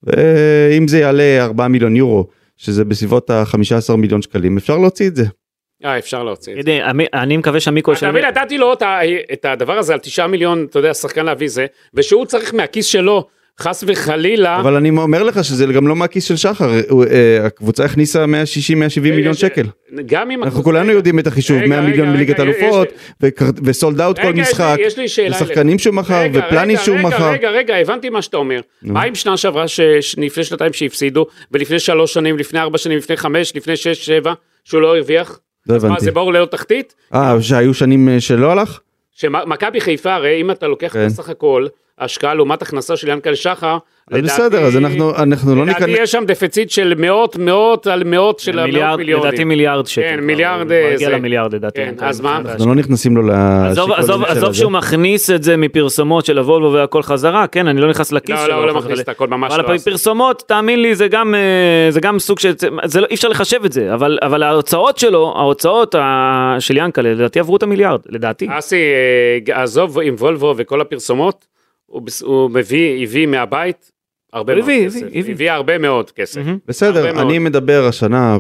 ואם זה יעלה 4 מיליון יורו, שזה בסביבות ה-15 מיליון שקלים, אפשר להוציא את זה. אפשר להוציא את זה. אני מקווה שהמיקרו אתה מבין, נתתי לו את הדבר הזה על 9 מיליון, אתה יודע, שחקן להביא זה, ושהוא צריך מהכיס שלו, חס וחלילה. אבל אני אומר לך שזה גם לא מהכיס של שחר, הקבוצה הכניסה 160-170 מיליון שקל. אנחנו כולנו יודעים את החישוב, 100 מיליון מליגת אלופות, וסולד אאוט כל משחק, ושחקנים שהוא מכר, ופלני שהוא מכר. רגע, הבנתי מה שאתה אומר. מה עם שנה שעברה, לפני שנתיים שהפסידו, ולפני 3 שנים, לפני 4 שנים, לפני 5, לפני 6-7, שהוא לא הרוויח? לא הבנתי. מה, זה ברור ללא תחתית? שהיו שנים שלא הלך? שמכבי חיפה, הרי אם אתה לוקח בסך הכל, השקעה לעומת הכנסה של ינקלה שחר, אז בסדר, אז אנחנו לא ניכנס... לדעתי יש שם דפיציט של מאות על מאות של מיליונים. לדעתי מיליארד שקל. כן, מיליארד מגיע למיליארד לדעתי. אז מה? אנחנו לא נכנסים לו לשיקולים של הזה. עזוב שהוא מכניס את זה מפרסומות של הוולבו והכל חזרה, כן, אני לא נכנס לכיס שלו. לא מכניס את הכל, ממש לא. אבל פרסומות, תאמין לי, זה גם סוג של... אי אפשר לחשב את זה, אבל ההוצאות שלו, ההוצאות של ינקלה, לדעתי עברו את המיליארד, לדעתי. אסי, עזוב עם וולבו וכל הפרסומות, הוא הביא מהבית הרבה מאוד כסף. הביא הרבה מאוד כסף. בסדר, אני מדבר השנה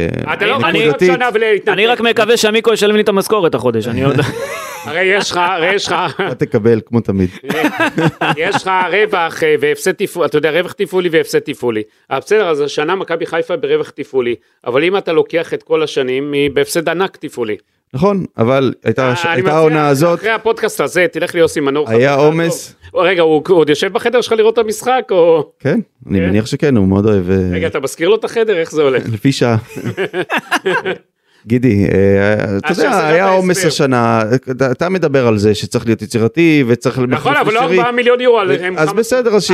אני רק מקווה שהמיקו ישלם לי את המשכורת החודש, אני יודע. הרי יש לך... אתה תקבל כמו תמיד. יש לך רווח והפסד תפעולי, אתה יודע, רווח תפעולי והפסד תפעולי. בסדר, אז השנה מכבי חיפה ברווח תפעולי, אבל אם אתה לוקח את כל השנים, היא בהפסד ענק תפעולי. נכון, אבל הייתה העונה הזאת. אחרי הפודקאסט הזה, תלך לי יוסי מנור. היה עומס. רגע, הוא עוד יושב בחדר שלך לראות את המשחק, או... כן, אני מניח שכן, הוא מאוד אוהב. רגע, אתה מזכיר לו את החדר, איך זה הולך? לפי שעה. גידי, אתה יודע, היה עומס השנה, אתה מדבר על זה שצריך להיות יצירתי, וצריך... נכון, אבל לא 4 מיליון יורו. אז בסדר, אז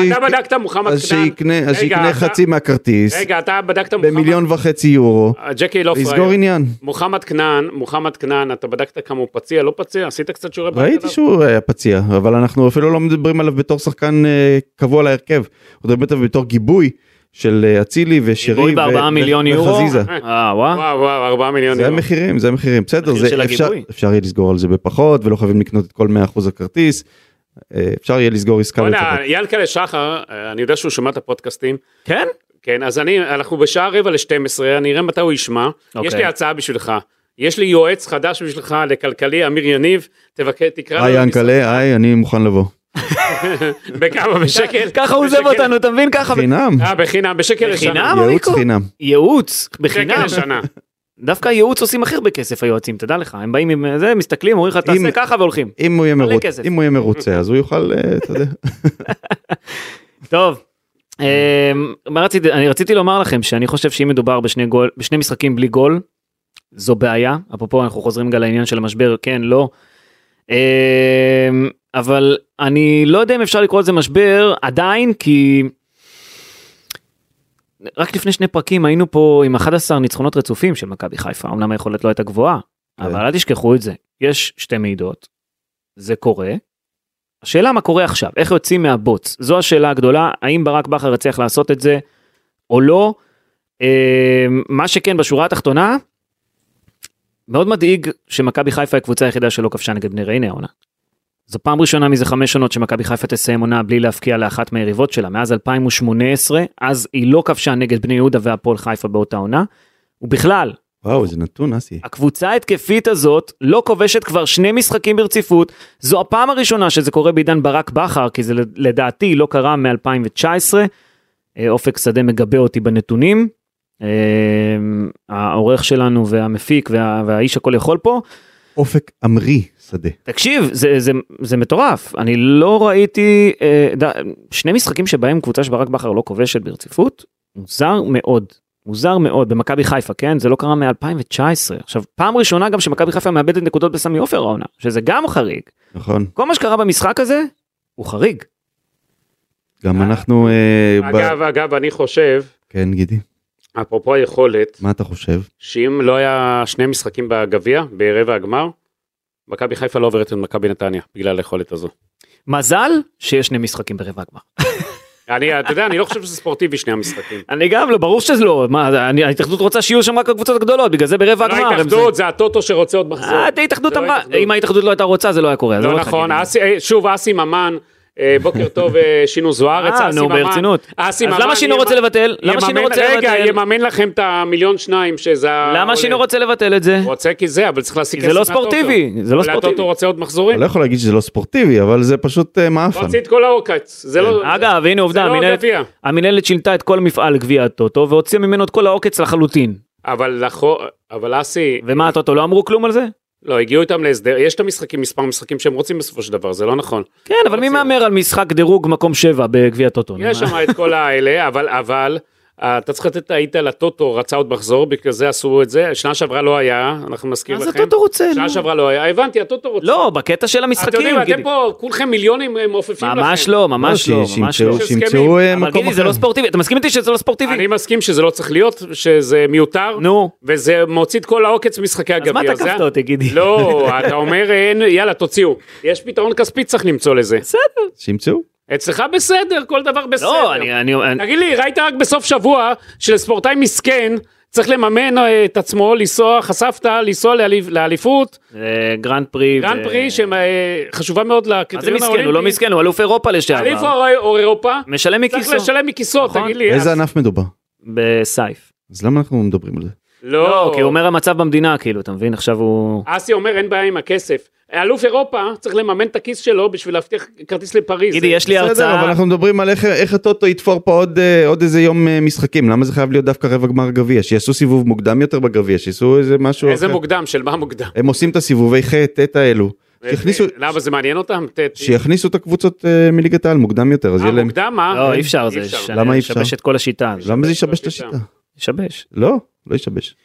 שיקנה חצי מהכרטיס, רגע, אתה בדקת ב1.5 יורו, לסגור עניין. מוחמד כנען, אתה בדקת כמה הוא פציע, לא פציע, עשית קצת שיעורי בית? ראיתי שהוא היה פציע, אבל אנחנו אפילו לא מדברים עליו בתור שחקן קבוע להרכב, אנחנו מדברים עליו בתור גיבוי, של אצילי ושירי גיבוי ב4 מיליון יורו. וואו, 4 מיליון יורו. זה המחירים, בסדר, אפשר יהיה לסגור על זה בפחות, ולא חייבים לקנות את כל 100% הכרטיס, אפשר יהיה לסגור עסקה לפחות. ינקלה שחר, אני יודע שהוא שומע את הפודקאסטים. כן? כן, אז אנחנו בשעה 11:45, אני אראה מתי הוא ישמע, יש לי הצעה בשבילך. יש לי יועץ חדש בשבילך לכלכלי, אמיר יניב, תקרא לו. ינקלה, אני מוכן לבוא. בכמה? בשקל? ככה הוא עוזב אותנו, אתה מבין? ככה. בחינם. בחינם, בשקל לשנה. ייעוץ חינם. ייעוץ, בחינם. שקל לשנה. דווקא ייעוץ עושים הכי הרבה כסף היועצים, תדע לך. הם באים עם זה, מסתכלים, אומרים לך, תעשה ככה והולכים. אם הוא יהיה מרוצה, אז הוא יוכל, אתה יודע. טוב. אני רציתי לומר לכם שאני חושב שאם מדובר בשני משחקים בלי גול, זו בעיה. אפרופו אנחנו חוזרים גם לעניין של המשבר, כן, לא. אבל אני לא יודע אם אפשר לקרוא לזה משבר עדיין, כי רק לפני 2 פרקים היינו פה עם 11 ניצחונות רצופים של מכבי חיפה, אמנם היכולת לא הייתה גבוהה, אבל אל תשכחו את זה, יש 2 מעידות, זה קורה, השאלה מה קורה עכשיו, איך יוצאים מהבוץ, זו השאלה הגדולה, האם ברק בכר יצליח לעשות את זה או לא, מה שכן בשורה התחתונה, מאוד מדאיג שמכבי חיפה היא הקבוצה היחידה שלא כבשה נגד בני ריינה העונה. זו פעם ראשונה מזה 5 שנות שמכבי חיפה תסיים עונה בלי להפקיע לאחת מהיריבות שלה, מאז 2018, אז היא לא כבשה נגד בני יהודה והפועל חיפה באותה עונה, ובכלל, וואו, זה נתון, אסי. הקבוצה ההתקפית הזאת לא כובשת כבר 2 משחקים ברציפות, זו הפעם הראשונה שזה קורה בעידן ברק בכר, כי זה לדעתי לא קרה מ-2019, אופק שדה מגבה אותי בנתונים, העורך שלנו והמפיק והאיש הכל יכול פה. אופק אמרי שדה. תקשיב, זה מטורף. אני לא ראיתי, שני משחקים שבהם קבוצה שברק בכר לא כובשת ברציפות, מוזר מאוד, במכבי חיפה, כן? זה לא קרה מ-2019. עכשיו, פעם ראשונה גם שמכבי חיפה מאבדת נקודות בסמי עופר העונה, שזה גם חריג. נכון. כל מה שקרה במשחק הזה, הוא חריג. גם אנחנו... אגב, אני חושב... כן, גידי. אפרופו היכולת... מה אתה חושב? שאם לא היה שני משחקים בגביע, ברבע הגמר, מכבי חיפה לא עוברת את מכבי נתניה, בגלל היכולת הזו. מזל שיש שני משחקים ברבע הגמר. אתה יודע, אני לא חושב שזה ספורטיבי שני המשחקים. אני גם לא, ברור שזה לא. ההתאחדות רוצה שיהיו שם רק הקבוצות הגדולות, בגלל זה ברבע הגמר. לא ההתאחדות, זה הטוטו שרוצה עוד מחזור. אם ההתאחדות לא הייתה רוצה, זה לא היה קורה. לא נכון, שוב, אסי ממן, בוקר טוב, שינו זוארץ, אסי נו, ממן. ברצינות. אז למה שינו רוצה לבטל? רגע, יממן לכם את ה1.2 מיליון שזה... למה שינו רוצה לבטל את זה? רוצה כי זה, אבל צריך להסיק כסף זה לא ספורטיבי. הטוטו רוצה עוד מחזורים. אני לא יכול להגיד שזה לא ספורטיבי, אבל זה פשוט מאפן. הוציא את כל העוקץ. אגב, הנה עובדה, המנהלת שינתה את כל מפעל גביע הטוטו, והוציאה ממנו את כל העוקץ לחלוטין. אבל אסי... ומה הטוטו, לא אמרו כלום על זה? לא, הגיעו איתם להסדר, יש את המשחקים, מספר משחקים שהם רוצים בסופו של דבר, זה לא נכון. כן, אבל מי מאמר על משחק דירוג מקום 7 בגביע הטוטו? יש שם את כל האלה, אבל אתה צריך לתת היית לטוטו, רצה עוד מחזור, בגלל זה עשו את זה, שנה שעברה לא היה, אנחנו מזכיר לכם. אז הטוטו רוצה. שנה שעברה לא היה, הבנתי, הטוטו רוצה. לא, בקטע של המשחקים. אתם יודעים, אתם פה, כולכם מיליונים מעופפים לכם. ממש לא, ממש לא. שימצאו אבל גידי, זה לא ספורטיבי, אתה מסכים איתי שזה לא ספורטיבי? אני מסכים שזה לא צריך להיות, שזה מיותר, וזה מוציא את כל העוקץ משחקי הגביע. אז מה תקפת אותי, גידי? לא, אתה אומר, יאללה, תוציאו. יש פתרון כספי, צריך למצוא לזה. בסדר. שימצאו. אצלך בסדר, כל דבר בסדר. לא, תגיד לי, ראית רק בסוף שבוע שלספורטאי מסכן צריך לממן את עצמו, חשפת, לנסוע לאליפות. גרנד פרי. גרנד פרי שחשובה מאוד לקריטריון האולימפי. אז זה מסכן, הוא לא מסכן, הוא אלוף אירופה לשעבר. אלוף אירופה. משלם מכיסו. צריך לשלם מכיסו, תגיד לי. איזה ענף מדובר? בסייף. אז למה אנחנו מדברים על זה? לא, כי הוא אומר המצב במדינה, כאילו, אתה מבין? עכשיו הוא... אסי אומר, אין בעיה עם הכסף. אלוף אירופה צריך לממן את הכיס שלו בשביל להבטיח כרטיס לפריז. גידי, יש לי הרצאה... בסדר, אבל אנחנו מדברים על איך הטוטו יתפור פה עוד איזה יום משחקים. למה זה חייב להיות דווקא רבע גמר גביע? שיעשו סיבוב מוקדם יותר בגביע, שיעשו איזה משהו אחר. איזה מוקדם? של מה מוקדם? הם עושים את הסיבובי ח' האלו. למה זה מעניין אותם? שיכניסו את הקבוצות מליגת העל מוקדם יותר. מוקדם, מה? לא, אי אפשר, זה ישבש את כל השיטה. למה זה ישבש את השיטה? ישבש. לא ישבש.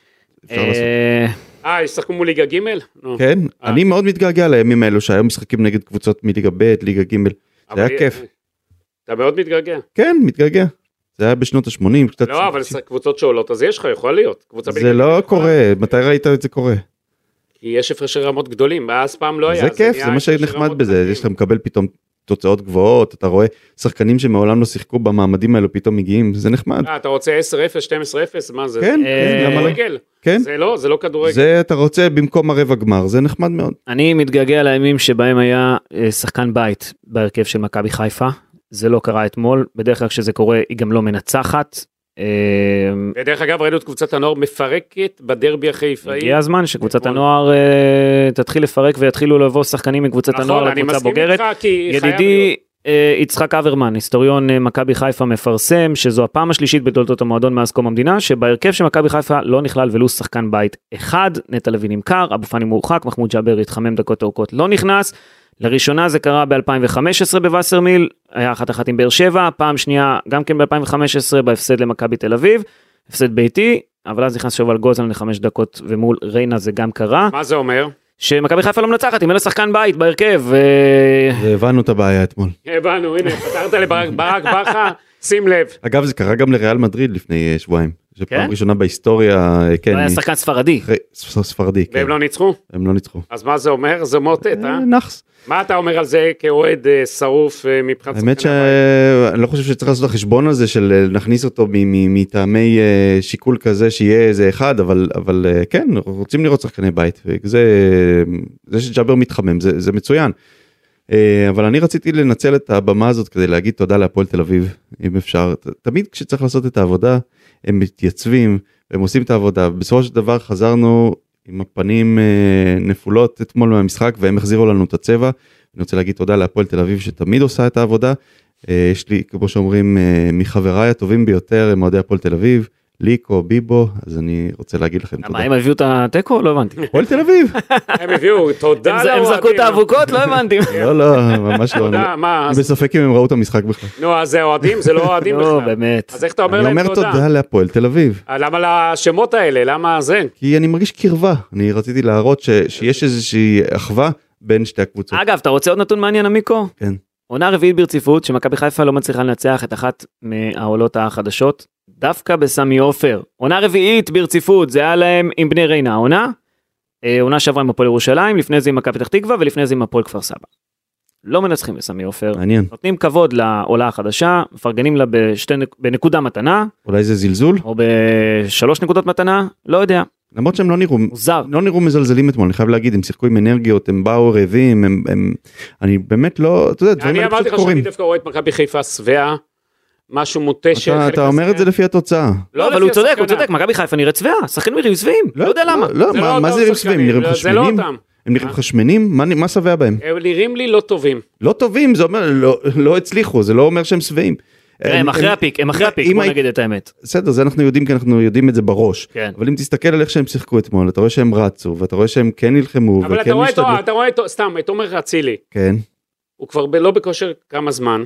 ישחקו מול ליגה ג'? כן, אני מאוד מתגעגע לימים האלו שהיום משחקים נגד קבוצות מליגה ב', ליגה ג', זה היה כיף. אתה מאוד מתגעגע? כן, מתגעגע. זה היה בשנות ה-80. לא, אבל קבוצות שעולות, אז יש לך, יכול להיות. זה לא קורה, מתי ראית את זה קורה? כי יש הפרשי רמות גדולים, אז פעם לא היה. זה כיף, זה מה שנחמד בזה, יש לך מקבל פתאום תוצאות גבוהות, אתה רואה שחקנים שמעולם לא שיחקו במעמדים האלו פתאום מגיעים, זה נחמד. אתה רוצה 10-0, 12-0, מה זה? כן, למה לא? כן. זה לא כדורגל. זה אתה רוצה במקום הרבע גמר, זה נחמד מאוד. אני מתגעגע לימים שבהם היה שחקן בית בהרכב של מכבי חיפה, זה לא קרה אתמול, בדרך כלל כשזה קורה היא גם לא מנצחת. ודרך אגב ראינו את קבוצת הנוער מפרקת בדרבי החיפאי. הגיע הזמן שקבוצת הנוער תתחיל לפרק ויתחילו לבוא שחקנים מקבוצת הנוער לקבוצה בוגרת. ידידי יצחק אברמן, היסטוריון מכבי חיפה מפרסם שזו הפעם השלישית בתולדות המועדון מאז קום המדינה, שבהרכב של מכבי חיפה לא נכלל ולו שחקן בית אחד, נטע לוי נמכר, אבו פאני מורחק, מחמוד ג'אבר התחמם דקות ארוכות לא נכנס, לראשונה זה קרה ב-2015 בווסרמיל, היה 1-1 עם באר שבע, פעם שנייה גם כן ב-2015 בהפסד למכבי תל אביב, הפסד ביתי, אבל אז נכנס שובל גוזלן ל5 דקות ומול ריינה זה גם קרה. מה זה אומר? שמכבי חיפה לא מנצחת, אם אין לו שחקן בית בהרכב. הבנו את הבעיה אתמול. הבנו, הנה, פתרת לברק בכר, שים לב. אגב, זה קרה גם לריאל מדריד לפני שבועיים. זה פעם ראשונה בהיסטוריה, כן. לא היה שחקן ספרדי. ספרדי, כן. והם לא ניצחו? הם לא ניצחו. אז מה זה אומר? זה מוטט, נחס. מה אתה אומר על זה כאוהד שרוף מבחינת שחקן הבית? האמת שאני לא חושב שצריך לעשות את החשבון הזה של נכניס אותו מטעמי שיקול כזה שיהיה איזה אחד, אבל כן, רוצים לראות שחקני בית, זה שג'אבר מתחמם, זה מצוין. אבל אני רציתי לנצל את הבמה הזאת כדי להגיד תודה להפועל תל אביב, אם אפשר. תמיד כשצריך לעשות את העבודה, הם מתייצבים, הם עושים את העבודה. בסופו של דבר חזרנו עם הפנים נפולות אתמול מהמשחק, והם החזירו לנו את הצבע. אני רוצה להגיד תודה להפועל תל אביב שתמיד עושה את העבודה. יש לי, כמו שאומרים, מחבריי הטובים ביותר, הם אוהדי הפועל תל אביב, ליקו, ביבו, אז אני רוצה להגיד לכם תודה. מה, הם הביאו את הטקו? לא הבנתי. הפועל תל אביב. הם הביאו, תודה לאוהדים. הם זרקו את האבוקות? לא הבנתי. לא, ממש לא. תודה, מה? אני בספק אם הם ראו את המשחק בכלל. נו, אז זה אוהדים? זה לא אוהדים בכלל. לא, באמת. אז איך אתה אומר אני להם אומר תודה? תודה להפועל תל אביב. למה לשמות האלה? למה זה? כי אני מרגיש קרבה. אני רציתי להראות שיש איזושהי אחווה בין שתי הקבוצות. אגב, אתה רוצה עוד נתון מעניין, עמיקו? כן. עונה רביעית ברציפות, שמכבי חיפה לא מצליחה לנצח את אחת מהעולות החדשות, דווקא בסמי עופר. עונה רביעית ברציפות, זה היה להם עם בני ריינה. עונה שעברה עם הפועל ירושלים, לפני זה עם מכבי פתח תקווה, ולפני זה עם הפועל כפר סבא. לא מנצחים בסמי עופר. מעניין. נותנים כבוד לעולה החדשה, מפרגנים לה בנקודה מתנה, אולי זה זלזול? או ב3 נקודות מתנה, לא יודע. למרות שהם מוזר. לא נראו מזלזלים אתמול, אני חייב להגיד, הם שיחקו עם אנרגיות, הם באו רעבים, אני באמת לא, אתה יודע, דברים אני האלה אמרתי פשוט לך שאני קורים. דווקא רואה את מכבי חיפה שבעה, משהו מותש. אתה אומר את זה לפי התוצאה. לא, אבל הוא צודק, מכבי חיפה נראית שבעה, שחקנים נראים שבעים, לא יודע למה. לא, מה זה נראים שבעים? נראים לך זה לא שמנים? אותם. הם נראים לך שמנים? מה שבע בהם? הם נראים לי לא טובים. לא טובים, זה אומר, לא הצליחו, זה לא אומר שהם שבעים. הם אחרי הפיק, בוא נגיד את האמת. בסדר, זה אנחנו יודעים, כי אנחנו יודעים את זה בראש. כן. אבל אם תסתכל על איך שהם שיחקו אתמול, אתה רואה שהם רצו, ואתה רואה שהם כן נלחמו, אבל וכן משתדלו. אתה רואה סתם, את עומר אצילי. כן. הוא כבר לא בכושר כמה זמן.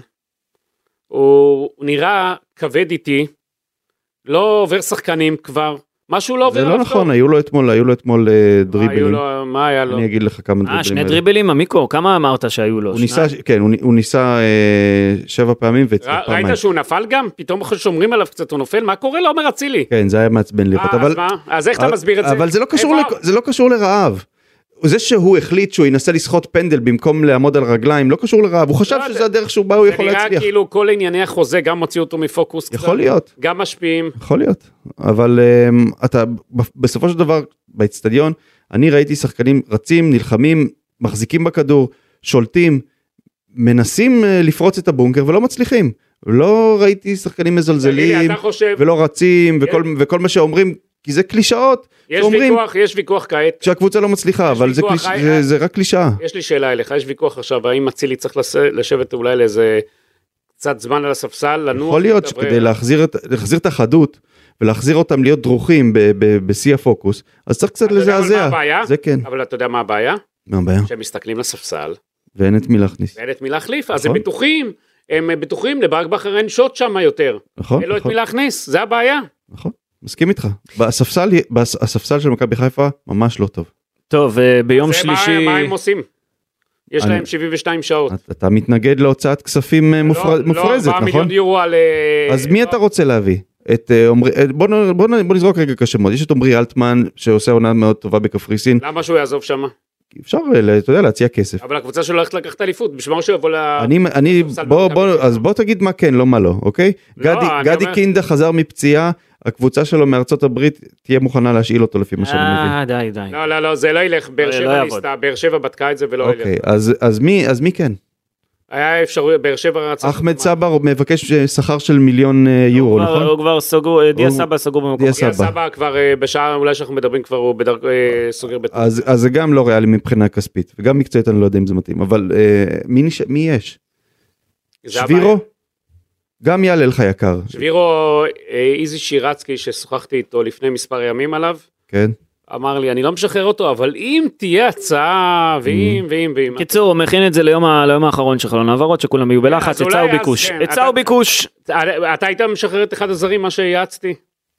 הוא נראה כבד איתי. לא עובר שחקנים כבר. משהו לא עובר. זה לא נכון, היו לו אתמול דריבלים. מה היה לו? אני אגיד לך כמה דריבלים. שני דריבלים, עמיקו, כמה אמרת שהיו לו? הוא ניסה 7 פעמים והצליח פעמיים. ראית שהוא נפל גם? פתאום אחרי שומרים עליו קצת הוא נופל? מה קורה לעומר אצילי? כן, זה היה מעצבן לראות. אז מה? אז איך אתה מסביר את זה? אבל זה לא קשור לרעב. זה שהוא החליט שהוא ינסה לשחות פנדל במקום לעמוד על רגליים, לא קשור לרעב, הוא חשב שזה הדרך שבה הוא יכול זה נראה להצליח. כאילו כל ענייני החוזה גם מוציא אותו מפוקוס קצת. יכול להיות. גם משפיעים. יכול להיות. אבל אתה, בסופו של דבר, באצטדיון, אני ראיתי שחקנים רצים, נלחמים, מחזיקים בכדור, שולטים, מנסים לפרוץ את הבונקר ולא מצליחים. לא ראיתי שחקנים מזלזלים, ולא רצים, וכל מה שאומרים, כי זה קלישאות. יש ויכוח כעת. שהקבוצה לא מצליחה, אבל זה רק קלישאה. יש לי שאלה אליך, יש ויכוח עכשיו, האם אצילי צריך לשבת אולי לאיזה קצת זמן על הספסל, לנוח? יכול להיות שכדי להחזיר את החדות, ולהחזיר אותם להיות דרוכים בשיא הפוקוס, אז צריך קצת לזעזע. זה כן. אבל אתה יודע מה הבעיה? מה הבעיה? שהם מסתכלים לספסל. ואין את מי להכניס. ואין את מי להחליף, אז הם בטוחים, לברק בכר אין שוט שם יותר. נכון. אין לו את מי להכניס, זה הבעיה. נכון. מסכים איתך. הספסל של מכבי חיפה ממש לא טוב. טוב, ביום שלישי... מה הם עושים? יש להם 72 שעות. אתה מתנגד להוצאת כספים מופרזת, נכון? מיליון יורו על... אז מי אתה רוצה להביא? בוא נזרוק רגע כשמות. יש את עומרי אלטמן שעושה עונה מאוד טובה בקפריסין. למה שהוא יעזוב שם? אפשר, אתה יודע, להציע כסף. אבל הקבוצה שלו הולכת לקחת אליפות, בשביל מה שהוא יבוא אז בוא תגיד מה כן, לא מה לא, אוקיי? גדי קינדה חזר מפציעה, הקבוצה שלו מארצות הברית תהיה מוכנה להשאיל אותו לפי מה שאני מבין. די. לא, זה לא ילך, באר שבע בדקה את זה ולא ילך. אוקיי, אז מי כן? היה אפשרויות, באר שבע רצה... אחמד סבר מבקש שכר של 1,000,000 יורו, נכון? הוא כבר סגור, דיה סבא סגור במקום. דיה סבא כבר בשעה, אולי שאנחנו מדברים כבר, הוא סוגר בטוח. אז זה גם לא ריאלי מבחינה כספית, וגם מקצועית אני לא יודע אם זה מתאים, אבל מי יש? שבירו? גם יעלה לך יקר. שבירו, איזי שירצקי ששוחחתי איתו לפני מספר ימים עליו, כן. אמר לי, אני לא משחרר אותו, אבל אם תהיה הצעה, ואם. קיצור, הוא מכין את זה ליום האחרון של חלון העברות, שכולם יהיו בלחץ, היצע וביקוש. אתה היית משחרר את אחד הזרים, מה שיעצתי?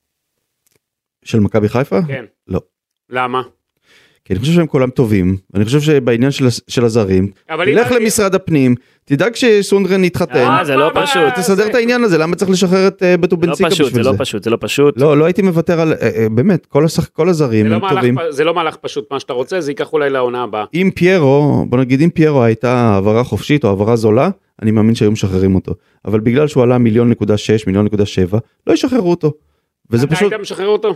של מכבי חיפה? כן. לא. למה? כי אני חושב שהם כולם טובים, ואני חושב שבעניין של הזרים, תלך למשרד הפנים, תדאג שסונדרן יתחתן, זה לא פשוט. תסדר את העניין הזה, למה צריך לשחרר את בטו בנציקה בשביל זה? זה לא פשוט. לא הייתי מוותר על, באמת, כל הזרים הם טובים. זה לא מהלך פשוט מה שאתה רוצה, זה ייקח אולי לעונה הבאה. אם פיירו הייתה העברה חופשית או העברה זולה, אני מאמין שהיו משחררים אותו. אבל בגלל שהוא עלה 1.6 מיליון, 1.7, לא ישחררו אותו. וזה פשוט... אתה היית משחרר אותו?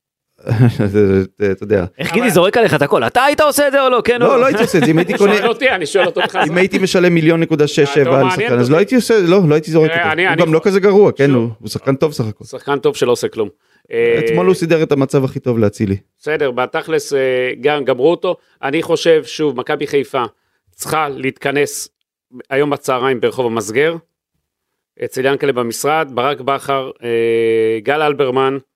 אתה יודע. איך גידי זורק עליך את הכל? אתה היית עושה את זה או לא? כן או לא? לא הייתי עושה את זה, אם הייתי קונה... אני שואל אותו לך. אם הייתי משלם 1.6 מיליון על שחקן, אז לא הייתי עושה, לא הייתי זורק אותו. הוא גם לא כזה גרוע, כן, הוא שחקן טוב סך הכל. שחקן טוב שלא עושה כלום. אתמול הוא סידר את המצב הכי טוב להצילי. בסדר, בתכלס גם גמרו אותו. אני חושב, שוב, מכבי חיפה צריכה להתכנס היום בצהריים ברחוב המסגר, אצל ינקלה במשרד, ברק בכר, גל אלברמן,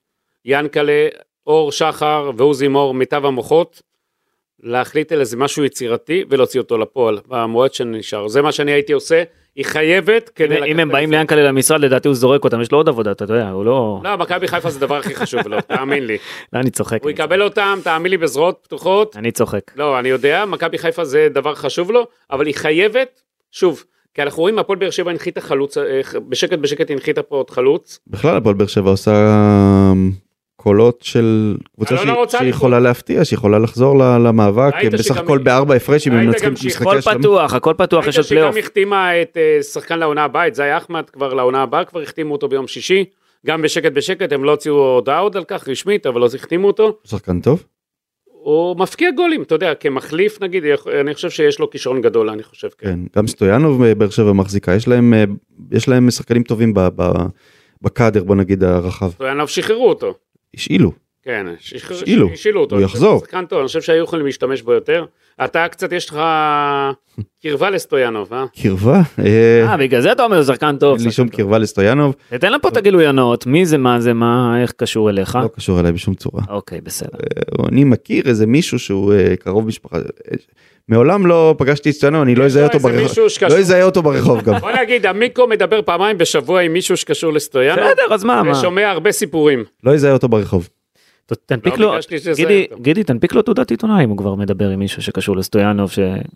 ינקלה, אור שחר ועוזי מור, מיטב המוחות, להחליט על איזה משהו יצירתי ולהוציא אותו לפועל, במועד שנשאר. זה מה שאני הייתי עושה, היא חייבת כדי... אם הם באים ליאנקלה למשרד, לדעתי הוא זורק אותם, יש לו עוד עבודה, אתה יודע, הוא לא... לא, מכבי חיפה זה הדבר הכי חשוב לו, תאמין לי. לא, אני צוחק. הוא יקבל אותם, תאמין לי, בזרועות פתוחות. אני צוחק. לא, אני יודע, מכבי חיפה זה דבר חשוב לו, אבל היא חייבת, שוב, כי אנחנו רואים, הפועל באר שבע הנחיתה חלוץ, בשקט הנחיתה פה עוד חלוץ. בכלל הפועל באר שבע עושה קולות של קבוצה שהיא יכולה להפתיע, שהיא יכולה לחזור למאבק, בסך הכל בארבע הפרש, אם הם נצחים הכל פתוח, הכל פתוח, יש עוד פלייאוף. שגם החתימה את שחקן לעונה הבאה, את זי אחמד כבר לעונה הבאה, כבר החתימו אותו ביום שישי, גם בשקט, הם לא הוציאו הודעה עוד על כך רשמית, אבל לא החתימו אותו. שחקן טוב? הוא מפקיע גולים, אתה יודע, כמחליף נגיד, אני חושב שיש לו כישרון גדול, אני חושב, כן. גם סטויאנוב באר שבע מחזיקה, יש להם שחקנים טובים בקאדר, בוא נגיד, הרחב. סטויאנוב שחררו אותו. השאילו. כן, השאילו אותו. הוא יחזור. שחקן טוב, אני חושב שהיו יכולים להשתמש בו יותר. אתה קצת, יש לך קרבה לסטויאנוב, אה? קרבה? בגלל זה אתה אומר, שחקן טוב. אין לי שום קרבה לסטויאנוב. תן להם פה את הגילוי הנאות, מי זה, מה זה, מה, איך קשור אליך? לא קשור אליי בשום צורה. אוקיי, בסדר. אני מכיר איזה מישהו שהוא קרוב משפחה. מעולם לא פגשתי את סטויאנוב, אני לא אזהה אותו ברחוב גם. בוא נגיד, המיקרו מדבר פעמיים בשבוע עם מישהו שקשור לסטויאנוב. בסדר, אז מה? ושומע הרבה סיפורים. לא אזהה אותו ברחוב. תנפיק לו, גידי, תנפיק לו תעודת עיתונאי אם הוא כבר מדבר עם מישהו שקשור לסטויאנוב,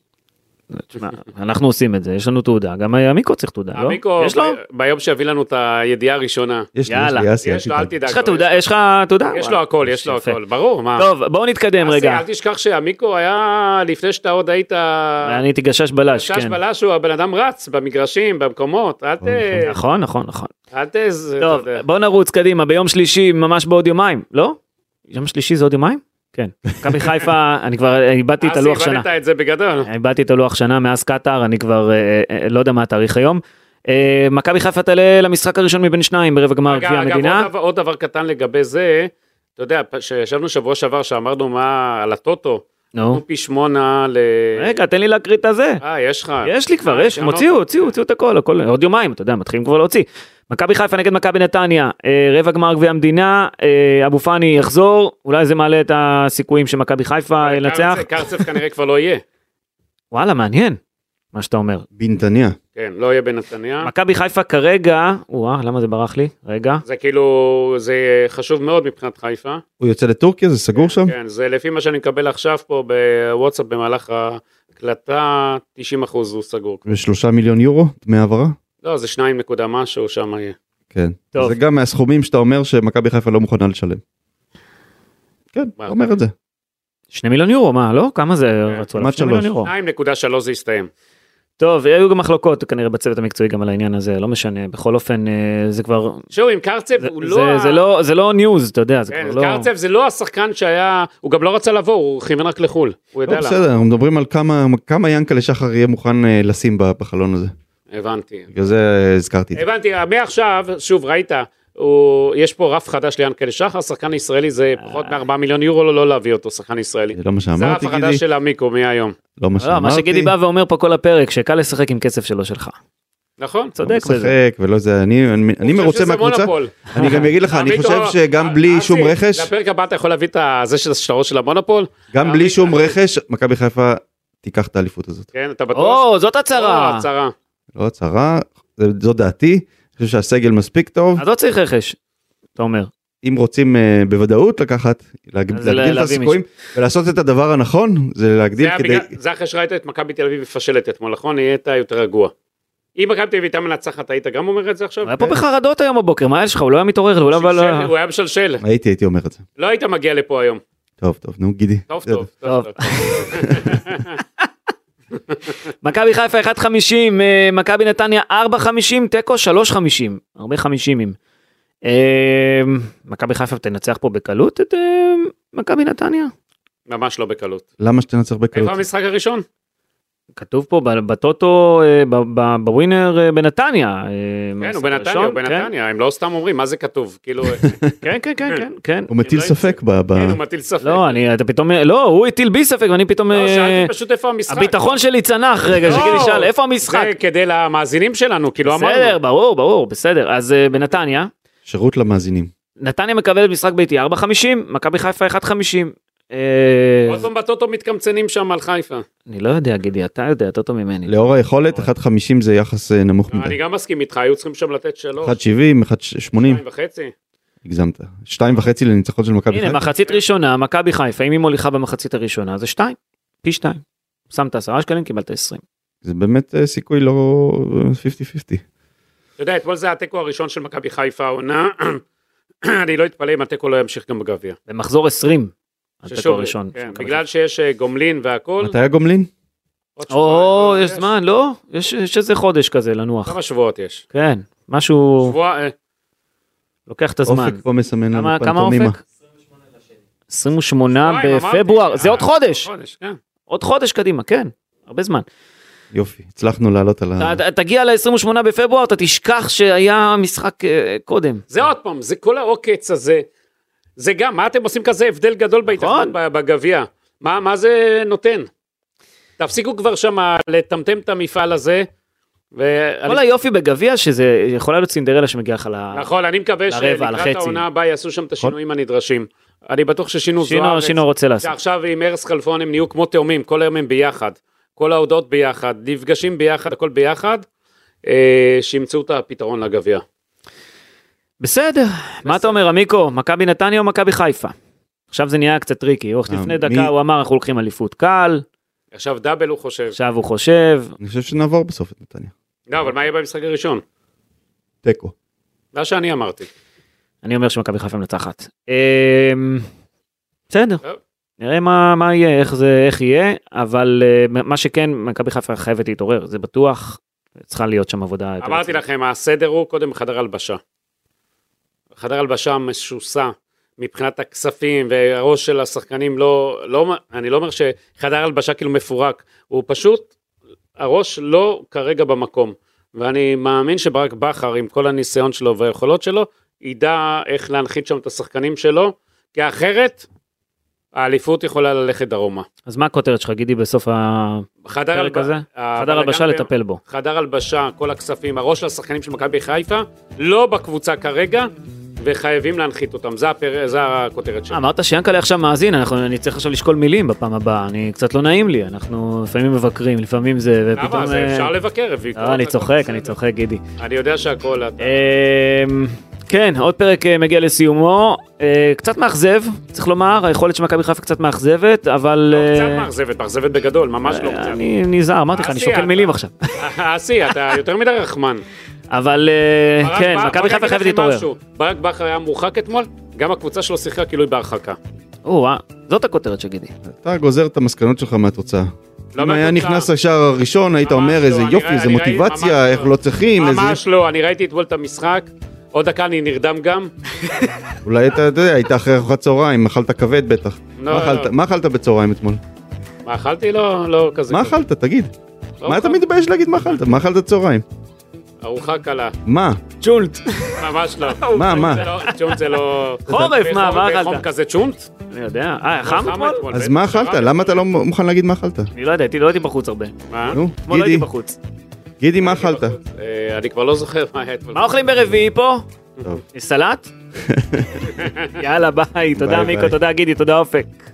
אנחנו עושים את זה, יש לנו תעודה, גם המיקרו צריך תעודה, לא? המיקרו, ביום שהביא לנו את הידיעה הראשונה. יש לו, אל תדאג. יש לך תעודה? יש לו הכל, ברור. טוב, בואו נתקדם רגע. אל תשכח שהמיקרו היה, לפני שאתה עוד היית... אני הייתי גשש בלש, כן. גשש בלש הוא הבן אדם רץ במגרשים, במקומות, נכון. אל טוב, בואו נרוץ קדימה, ביום שלישי, ממש בעוד יומיים, לא? יום שלישי זה עוד יומיים? כן. מכבי חיפה, אני כבר איבדתי את הלוח שנה. איבדת את זה בגדול. איבדתי את הלוח שנה מאז קטר, אני כבר לא יודע מה התאריך היום. מכבי חיפה תעלה למשחק הראשון מבין שניים ברבע גמר גביע המדינה. אגב, עוד דבר קטן לגבי זה, אתה יודע, שישבנו שבוע שעבר שאמרנו מה על הטוטו, נו פי 8 רגע, תן לי להקריא את הזה. יש לך. יש לי כבר, הוציאו את הכל, עוד יומיים, אתה יודע, מתחילים כבר להוציא. מכבי חיפה נגד מכבי נתניה, רבע גמר גביע המדינה, אבו פאני יחזור, אולי זה מעלה את הסיכויים שמכבי חיפה ינצח. קרצף כנראה כבר לא יהיה. וואלה, מעניין, מה שאתה אומר. בנתניה. כן, לא יהיה בנתניה. מכבי חיפה כרגע, למה זה ברח לי? רגע. זה כאילו, זה חשוב מאוד מבחינת חיפה. הוא יוצא לטורקיה, זה סגור שם? כן, זה לפי מה שאני מקבל עכשיו פה בוואטסאפ במהלך ההקלטה, 90% הוא סגור. ו3 מיליון יורו, דמי העברה? לא, זה 2 נקודה משהו שם יהיה. כן, זה גם מהסכומים שאתה אומר שמכבי חיפה לא מוכנה לשלם. כן, אומר את זה. 2 מיליון יורו, מה, לא? כמה זה רצו עליו? 2 מיליון יורו. 2.3 זה יסתיים. טוב, היו גם מחלוקות כנראה בצוות המקצועי גם על העניין הזה, לא משנה, בכל אופן זה כבר... שוב, עם קרצב הוא לא... זה לא ניוז, אתה יודע, זה כבר לא... קרצב זה לא השחקן שהיה, הוא גם לא רצה לבוא, הוא כיוון רק לחול, הוא יודע למה. בסדר, אנחנו מדברים על כמה ינקלה שחר יהיה מוכן לשים בחלון הזה. הבנתי. בגלל זה הזכרתי את זה. הבנתי, מעכשיו, שוב, ראית, יש פה רף חדש ליענקלה שחר, שחקן ישראלי זה פחות מ4 מיליון יורו, לא להביא אותו, שחקן ישראלי. זה לא מה שאמרתי, גידי. זה הרף החדש של המיקרו מהיום. לא מה שאמרתי. מה שגידי בא ואומר פה כל הפרק, שקל לשחק עם כסף שלו שלך. נכון. צודק בזה. ולא זה, אני מרוצה מהקבוצה. אני גם אגיד לך, אני חושב שגם בלי שום רכש... לפרק הבא אתה יכול להביא את זה של הראש של המונופול? גם בלי שום רכש, מכבי חיפה תיקח את האליפות הזאת. כן, אתה בטוח? זאת הצהרה. לא הצהרה, זו דעתי, אני חושב שהסגל מספיק טוב. אז לא צריך רכש, אתה אומר. אם רוצים בוודאות לקחת, להגדיל את הסיכויים, ולעשות את הדבר הנכון, זה להגדיל כדי... זה אחרי שראית את מכבי תל אביב מפשלת אתמול, נכון? נהיית יותר רגוע. אם מכבי תל אביב הייתה מנצחת, היית גם אומר את זה עכשיו? היה פה בחרדות היום בבוקר, מה יש לך? הוא לא היה מתעורר, הוא היה משלשל. הייתי אומר את זה. לא היית מגיע לפה היום. טוב, נו גידי. טוב. מכבי חיפה 1.50, מכבי נתניה 4.50, תיקו 3.50, הרבה 50. מכבי חיפה תנצח פה בקלות את מכבי נתניה? ממש לא בקלות. למה שתנצח בקלות? איפה המשחק הראשון? כתוב פה בטוטו, בווינר בנתניה. כן, הוא בנתניה, הם לא סתם אומרים, מה זה כתוב? כן. הוא מטיל ספק. כן, הוא מטיל ספק. לא, הוא הטיל בי ספק, ואני פתאום... לא, שאלתי פשוט איפה המשחק. הביטחון שלי צנח רגע, שגידי שאל, איפה המשחק? זה כדי למאזינים שלנו, כאילו אמרנו. בסדר, ברור, בסדר. אז בנתניה... שירות למאזינים. נתניה מקבלת משחק ביתי 4.50, מכבי חיפה 1.50. עוד פעם בטוטו מתקמצנים שם על חיפה. אני לא יודע, גידי, אתה יודע, יותר טוב ממני. לאור היכולת, 1.50 זה יחס נמוך מדי. אני גם מסכים איתך, היו צריכים שם לתת 3. 1.70, 1.80. 2.5. הגזמת. 2.5 לניצחון של מכבי חיפה. הנה, מחצית ראשונה, מכבי חיפה, אם היא מוליכה במחצית הראשונה, זה 2, פי 2. שמת 10 שקלים, קיבלת 20. זה באמת סיכוי לא 50-50. אתה יודע, אתמול זה התיקו הראשון של מכבי חיפה, העונה, אני לא אתפלא אם התיקו לא ימשיך גם בגביע. במחזור 20, התיקו הראשון. בגלל שיש גומלין והכל. מתי הגומלין? יש זמן, לא? יש איזה חודש כזה לנוח. כמה שבועות יש? כן, משהו... שבוע... לוקח את הזמן. אופק פה מסמן לנו כמה פנטומימה. אופק? 28 בפברואר, זה עוד חודש. עוד חודש קדימה, כן, הרבה זמן. יופי, הצלחנו לעלות על ה... תגיע ל-28 בפברואר, אתה תשכח שהיה משחק קודם. זה עוד פעם, זה כל העוקץ הזה, זה גם, מה אתם עושים כזה הבדל גדול בהתאחדות בגביע? מה זה נותן? תפסיקו כבר שם לטמטם את המפעל הזה. כל היופי בגביע שזה יכולה להיות סינדרלה שמגיעה לך לרבע, לחצי. נכון, אני מקווה שלקראת העונה הבאה יעשו שם את השינויים הנדרשים. אני בטוח ששינו זוארץ. שינו רוצה לעשות. שעכשיו עם ארז חלפון הם נהיו כמו תאומים, כל היום הם ביחד. כל ההודעות ביחד, נפגשים ביחד, הכל ביחד, שימצאו את הפתרון לגביע. בסדר, מה אתה אומר, עמיקו? מכבי נתניה או מכבי חיפה? עכשיו זה נהיה קצת טריקי, לפני דקה הוא אמר, אנחנו לוקחים אליפות קל. עכשיו דאבל הוא חושב. עכשיו הוא חושב. אני חושב שנעבור בסוף את נתניה. לא, אבל מה יהיה במשחק הראשון? תיקו. מה שאני אמרתי. אני אומר שמכבי חיפה מנצחת. בסדר. נראה מה יהיה, איך יהיה, אבל מה שכן, מכבי חיפה חייבת להתעורר, זה בטוח, צריכה להיות שם עבודה. אמרתי לכם, הסדר הוא קודם חדר הלבשה. חדר הלבשה משוסע, מבחינת הכספים והראש של השחקנים, אני לא אומר שחדר הלבשה כאילו מפורק, הוא פשוט, הראש לא כרגע במקום, ואני מאמין שברק בכר, עם כל הניסיון שלו והיכולות שלו, ידע איך להנחית שם את השחקנים שלו, כי אחרת, האליפות יכולה ללכת דרומה. אז מה הכותרת שלך, גידי, בסוף הפרק הזה? חדר הלבשה לטפל בו. חדר הלבשה, כל הכספים, הראש של השחקנים של מכבי חיפה, לא בקבוצה כרגע, וחייבים להנחית אותם, זה הכותרת שלי. אמרת שיאנקלה עכשיו מאזין, אני צריך עכשיו לשקול מילים בפעם הבאה, אני קצת לא נעים לי, אנחנו לפעמים מבקרים, לפעמים זה, ופתאום... למה? אפשר לבקר, אני צוחק, גידי. אני יודע שהכל... כן, עוד פרק מגיע לסיומו, קצת מאכזב, צריך לומר, היכולת שמכבי חיפה קצת מאכזבת, אבל... לא קצת מאכזבת בגדול, ממש לא קצת. אני נזהר, אמרתי לך, אני שוקל מילים עכשיו. אתה יותר מדי רחמן. אבל כן, מכבי חיפה חייבת להתעורר. ברק בכר היה מורחק אתמול, גם הקבוצה שלו שיחקה כאילו היא בהרחקה. זאת הכותרת שגידי. אתה גוזר את המסקנות שלך מהתוצאה. אם היה נכנס לשער הראשון, היית אומר איזה יופי, איזה מוטיבציה, איך לא צריכים. ממש לא, אני ראיתי אתמול את המשחק, עוד דקה אני נרדם גם. אולי אתה יודע, היית אחרי ארוחת צהריים, אכלת כבד בטח. מה אכלת בצהריים אתמול? מה אכלתי? לא כזה. מה אכלת? תגיד. מה אתה מתבייש להגיד מה אכלת? מה אכלת צהריים? ארוחה קלה. מה? צ'ונט. ממש לא. מה? צ'ונט זה לא... חורף, מה אכלת? בחום כזה צ'ונט? אני יודע. חם אתמול? אז מה אכלת? למה אתה לא מוכן להגיד מה אכלת? אני לא יודע, לא הייתי בחוץ הרבה. מה? נו, אתמול לא הייתי בחוץ. גידי, מה אכלת? אני כבר לא זוכר מה היה אתמול. מה אוכלים ברביעי פה? טוב. סלט? יאללה, ביי. תודה מיקו, תודה גידי, תודה אופק.